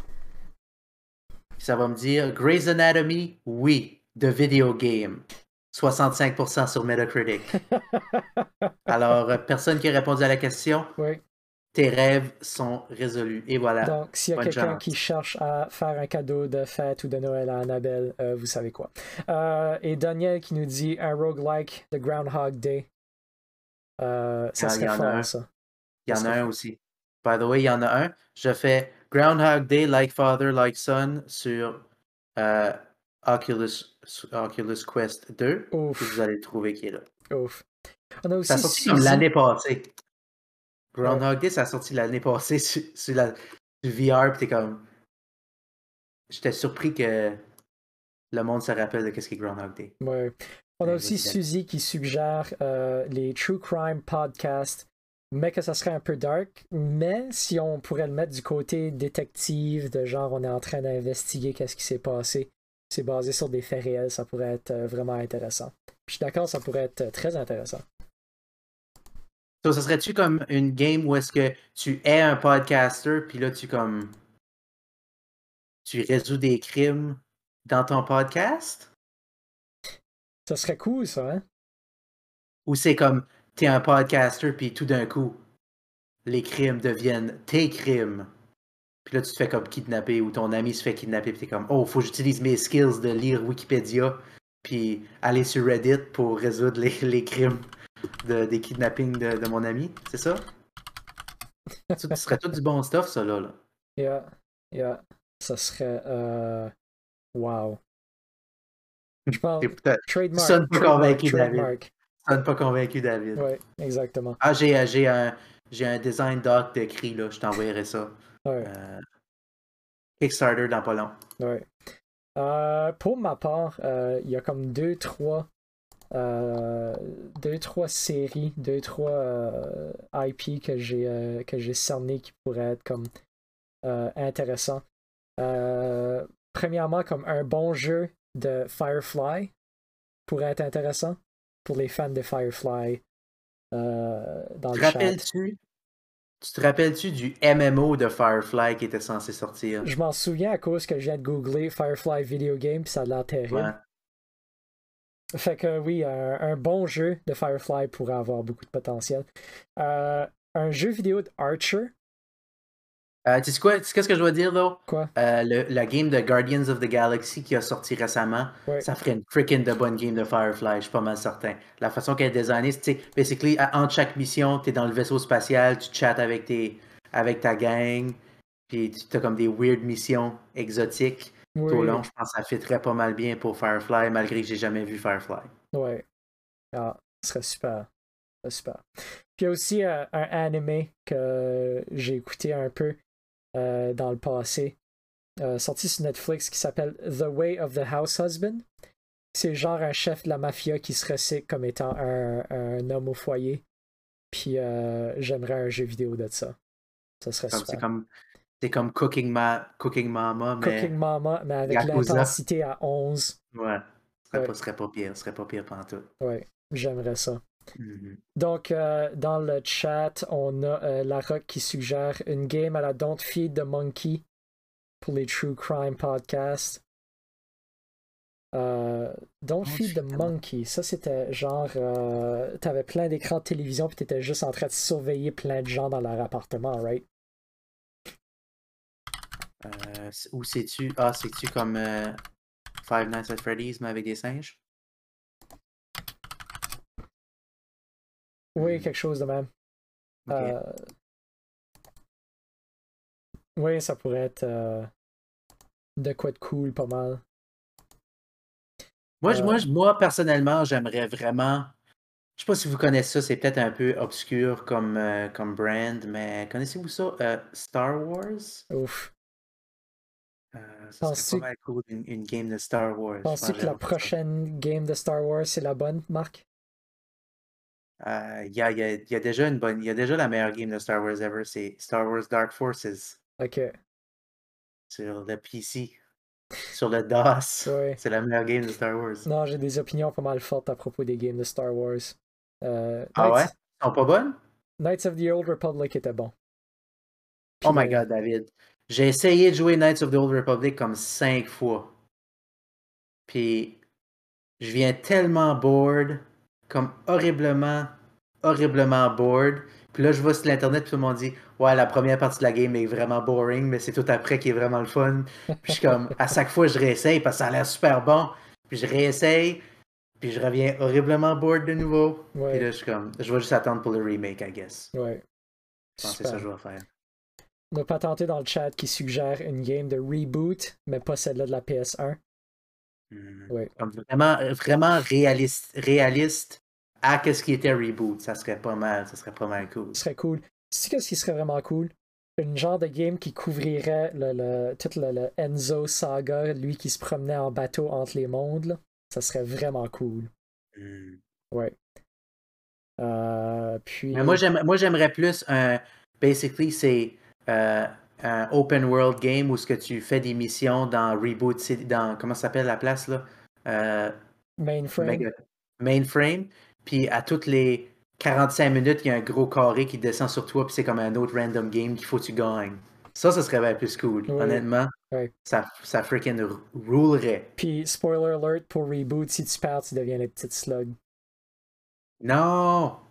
Ça va me dire Grey's Anatomy, oui, de video game. soixante-cinq pour cent sur Metacritic. Alors, euh, personne qui a répondu à la question, oui. tes rêves sont résolus. Et voilà. Donc, s'il y a Bonne quelqu'un chance. qui cherche à faire un cadeau de fête ou de Noël à Annabelle, euh, vous savez quoi. Euh, et Daniel qui nous dit un roguelike de Groundhog Day. Euh, ça Ah, il y serait en a un. fort, ça. Il y Ça en a serait un fort. aussi. By the way, il y en a un. Je fais Groundhog Day, Like Father, Like Son sur euh, Oculus, Oculus Quest deux. Ouf. Et vous allez le trouver qui est là. Ouf. On a aussi Ça a sorti Suzy. comme l'année passée. Groundhog Ouais. Day, ça a sorti l'année passée sur, sur la sur V R, puis t'es comme. J'étais surpris que le monde se rappelle de qu'est-ce qu'est Groundhog Day. Ouais. On a Ouais, aussi vas-y, Suzy qui suggère euh, les True Crime podcasts, mais que ça serait un peu dark. Mais si on pourrait le mettre du côté détective, de genre on est en train d'investiguer qu'est-ce qui s'est passé, c'est basé sur des faits réels, ça pourrait être euh, vraiment intéressant. Puis je suis d'accord, ça pourrait être euh, très intéressant. So, ça serait-tu comme une game où est-ce que tu es un podcaster, puis là, tu comme. Tu résous des crimes dans ton podcast? Ça serait cool, ça, hein? Ou c'est comme, t'es un podcaster, puis tout d'un coup, les crimes deviennent tes crimes. Puis là, tu te fais comme kidnapper, ou ton ami se fait kidnapper, puis t'es comme, oh, faut que j'utilise mes skills de lire Wikipédia, puis aller sur Reddit pour résoudre les, les crimes de, des kidnappings de, de mon ami. C'est ça? Ce serait tout du bon stuff, ça, là. là. Yeah, yeah. Ça serait... Euh... Wow. Je pense... Trademark. Tu sonnes pas trademark, convaincu, trademark. David. Tu sonnes pas convaincu, David. Oui, exactement. Ah, j'ai, j'ai, un, j'ai un design doc d'écrit, là. Je t'envoyerai ça. Ouais. Euh, Kickstarter dans pas long. Ouais. Euh, pour ma part, euh, il y a comme deux, trois... Euh, deux, trois séries, deux, trois euh, I P que j'ai euh, que j'ai cerné qui pourraient être comme euh, intéressants. Euh, premièrement, comme un bon jeu de Firefly pourrait être intéressant pour les fans de Firefly euh, dans Tu le te chat. rappelles-tu, tu te rappelles-tu du M M O de Firefly qui était censé sortir? Je m'en souviens à cause que je viens de googler Firefly Video Game puis ça a l'air terrible. Ouais. Fait que oui, un, un bon jeu de Firefly pourrait avoir beaucoup de potentiel. Euh, un jeu vidéo d'Archer. Euh, tu sais quoi? Tu sais qu'est-ce que je dois dire, là? Quoi? Euh, le, la game de Guardians of the Galaxy qui a sorti récemment, Ouais. ça ferait une freaking de bonne game de Firefly, je suis pas mal certain. La façon qu'elle est designée, c'est, tu sais, basically, à- entre chaque mission, t'es dans le vaisseau spatial, tu chattes avec, tes, avec ta gang, puis tu as comme des weird missions exotiques Oui. tout au long. Je pense que ça fitterait pas mal bien pour Firefly, malgré que j'ai jamais vu Firefly. Ouais. Ah, ce serait super. Ce serait super. Puis il y a aussi euh, un anime que j'ai écouté un peu euh, dans le passé, euh, sorti sur Netflix, qui s'appelle The Way of the House Husband. C'est genre un chef de la mafia qui se recycle comme étant un, un homme au foyer. Puis euh, j'aimerais un jeu vidéo de ça. Ça serait Comme, super. c'est comme, C'est comme Cooking, Ma... Cooking Mama, mais Cooking Mama, mais avec Yakuza. l'intensité à onze. Ouais, ce serait, Ouais. pas, ce serait pas pire, ce serait pas pire pantoute. Ouais, j'aimerais ça. Mm-hmm. Donc, euh, dans le chat, on a euh, La Rock qui suggère une game à la Don't Feed the Monkey pour les True Crime Podcasts. Euh, Don't Oh, Feed the Monkey, ça c'était genre, euh, t'avais plein d'écrans de télévision puis t'étais juste en train de surveiller plein de gens dans leur appartement, right? Euh, où c'est-tu? Ah, c'est-tu comme euh, Five Nights at Freddy's, mais avec des singes? Oui, Hmm. quelque chose de même. Ok. Euh... Oui, ça pourrait être euh, de quoi de cool, pas mal. Moi, je- moi, Euh, je- moi, personnellement, j'aimerais vraiment. Je sais pas si vous connaissez ça, c'est peut-être un peu obscur comme, euh, comme brand, mais connaissez-vous ça? Euh, Star Wars? Ouf. Euh, ça serait pas Penses-tu mal cool, une, une game de Star Wars. Je pense penses-tu que que la j'aimerais ça. prochaine game de Star Wars c'est la bonne, Marc? Euh, Il y a, il y a- il y a déjà une bonne, il y a déjà la meilleure game de Star Wars ever, c'est Star Wars Dark Forces Ok. sur le P C, sur le DOS. Ouais. C'est la meilleure game de Star Wars. Non, j'ai des opinions pas mal fortes à propos des games de Star Wars. Euh, Ah ouais? Knights, Ils sont pas bonnes? Knights of the Old Republic était bon. Puis Oh my le- god, David. J'ai essayé de jouer Knights of the Old Republic comme cinq fois. Puis je viens tellement bored, comme horriblement, horriblement bored. Puis là, je vois sur l'Internet, puis tout le monde dit ouais, la première partie de la game est vraiment boring, mais c'est tout après qui est vraiment le fun. Puis je suis comme, à chaque fois, je réessaye parce que ça a l'air super bon. Puis je réessaye, puis je reviens horriblement bored de nouveau. Puis là, Ouais, je suis comme, je vais juste attendre pour le remake, I guess. ouais. Je pense que c'est ça Super. que je vais faire. On a pas tenté dans le chat qui suggère une game de reboot, mais pas celle-là de la P S un. Hmm. Ouais. Comme vraiment, vraiment réaliste, réaliste à ce qui était reboot. Ça serait pas mal, ça serait pas mal cool. Ce serait cool. C'est ce qui serait vraiment cool? Une genre de game qui couvrirait le, le, tout le, le Enzo saga, lui qui se promenait en bateau entre les mondes. Là. Ça serait vraiment cool. Hmm. Ouais. Euh, Mais moi, puis. j'aime, moi, j'aimerais plus un. Basically, c'est euh, un open world game où ce que tu fais des missions dans Reboot City, dans. Comment ça s'appelle la place là? Euh, Mainframe. Mega- Mainframe. Puis à toutes les quarante-cinq minutes, il y a un gros carré qui descend sur toi, puis c'est comme un autre random game qu'il faut que tu gagnes. Ça, ça serait bien plus cool. Oui. Honnêtement, Ouais. ça, ça freaking r- roulerait. Puis, spoiler alert pour Reboot, si tu perds, tu deviens les petites slugs. Non!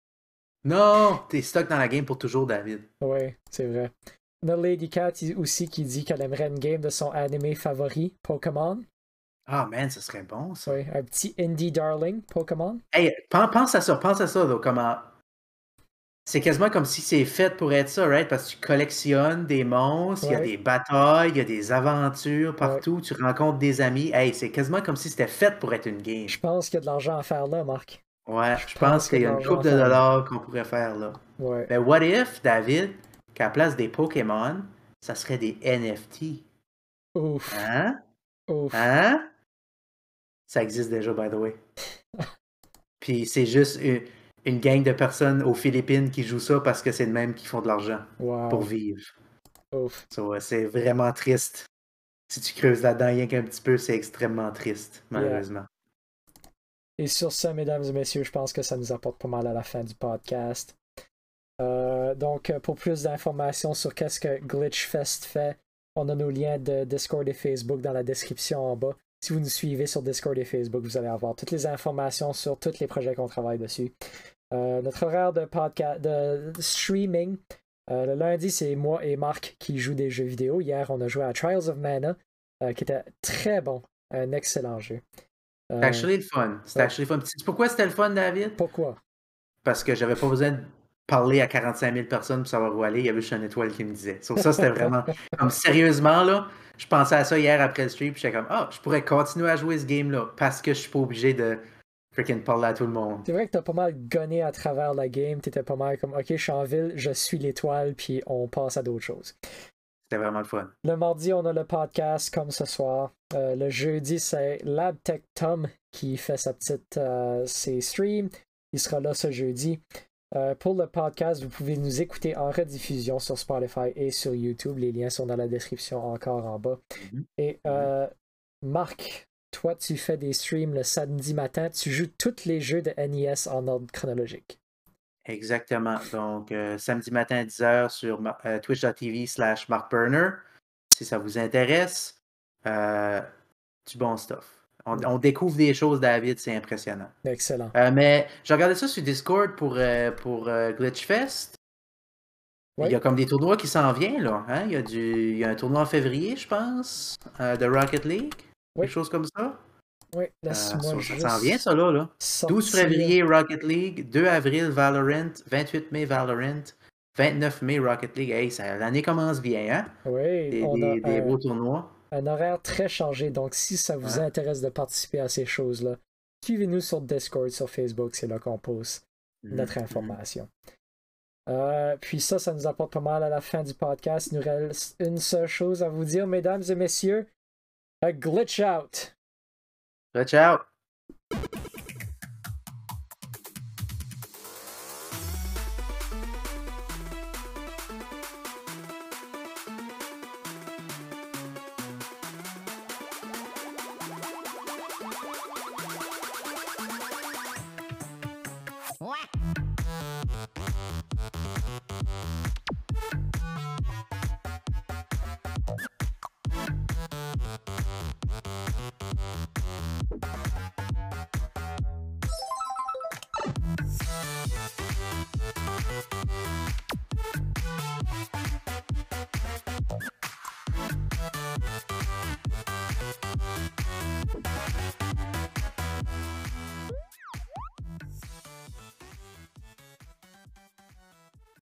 Non! T'es stuck dans la game pour toujours, David. Ouais, c'est vrai. On a Lady Cat aussi qui dit qu'elle aimerait une game de son anime favori, Pokémon. Ah, man, ça serait bon, ça. Ouais, un petit indie darling, Pokémon. Hey, pen- pense à ça, pense à ça, là, comment. C'est quasiment comme si c'est fait pour être ça, right? Parce que tu collectionnes des monstres, il y a Ouais. des batailles, il y a des aventures Ouais. partout, tu rencontres des amis. Hey, c'est quasiment comme si c'était fait pour être une game. Je pense qu'il y a de l'argent à faire là, Marc. Ouais, Je je pense pense qu'il qu'il y y a a de une l'argent coupe à de faire là. dollars qu'on pourrait faire là. Ouais. Mais what if, David, qu'à place des Pokémon, ça serait des N F T? Ouf. Hein? Ouf. Hein? Ça existe déjà, by the way. Puis c'est juste une, une gang de personnes aux Philippines qui jouent ça parce que c'est le même qui font de l'argent Wow. pour vivre. Ouf. So, ouais, c'est vraiment triste. Si tu creuses là-dedans rien qu'un petit peu, c'est extrêmement triste, malheureusement. Et sur ce, mesdames et messieurs, je pense que ça nous apporte pas mal à la fin du podcast. Euh, donc, pour plus d'informations sur qu'est-ce que Glitchfest fait, on a nos liens de Discord et Facebook dans la description en bas. Si vous nous suivez sur Discord et Facebook, vous allez avoir toutes les informations sur tous les projets qu'on travaille dessus. Euh, notre horaire de podcast, de streaming, euh, le lundi, c'est moi et Marc qui jouent des jeux vidéo. Hier, on a joué à Trials of Mana, euh, qui était très bon, un excellent jeu. C'est actually le fun. C'est ouais. actually fun. Tu sais pourquoi c'était le fun, David? Pourquoi? Parce que j'avais pas besoin de parler à quarante-cinq mille personnes pour savoir où aller. Il y avait juste une étoile qui me disait. Sur ça, c'était vraiment. Comme sérieusement, là, je pensais à ça hier après le stream, puis j'étais comme, ah, oh, je pourrais continuer à jouer ce game-là parce que je suis pas obligé de freaking parler à tout le monde. C'est vrai que t'as pas mal gonné à travers la game. T'étais pas mal comme, ok, je suis en ville, je suis l'étoile, puis on passe à d'autres choses. C'était vraiment le fun. Le mardi, on a le podcast comme ce soir. Euh, le jeudi, c'est LabTech Tom qui fait sa petite euh, ses streams. Il sera là ce jeudi. Euh, pour le podcast, vous pouvez nous écouter en rediffusion sur Spotify et sur YouTube. Les liens sont dans la description encore en bas. Mm-hmm. Et euh, Marc, toi, tu fais des streams le samedi matin. Tu joues tous les jeux de N E S en ordre chronologique. Exactement. Donc, euh, samedi matin à dix heures sur euh, twitch.tv slash Mark Burner. Si ça vous intéresse, euh, du bon stuff. On, on découvre des choses, David, c'est impressionnant. Excellent. Euh, mais j'ai regardé ça sur Discord pour, euh, pour euh, Glitchfest. Oui. Il y a comme des tournois qui s'en viennent, là. Hein? Il, y a du, il y a un tournoi en février, je pense, euh, de Rocket League. Oui. Quelque chose comme ça. Oui, laisse-moi euh, juste... Ça s'en vient, ça, là. là. Sortir... douze février, Rocket League. deux avril, Valorant. vingt-huit mai, Valorant. vingt-neuf mai, Rocket League. Hey, ça, l'année commence bien, hein? Oui, des, on des, a des un, beaux tournois. Un horaire très chargé, donc si ça vous ouais. intéresse de participer à ces choses-là, suivez-nous sur Discord, sur Facebook, c'est là qu'on pose mmh, notre information. Mmh. Euh, puis ça, ça nous apporte pas mal à la fin du podcast. Il nous reste une seule chose à vous dire, mesdames et messieurs. A glitch out! Glitch out! What?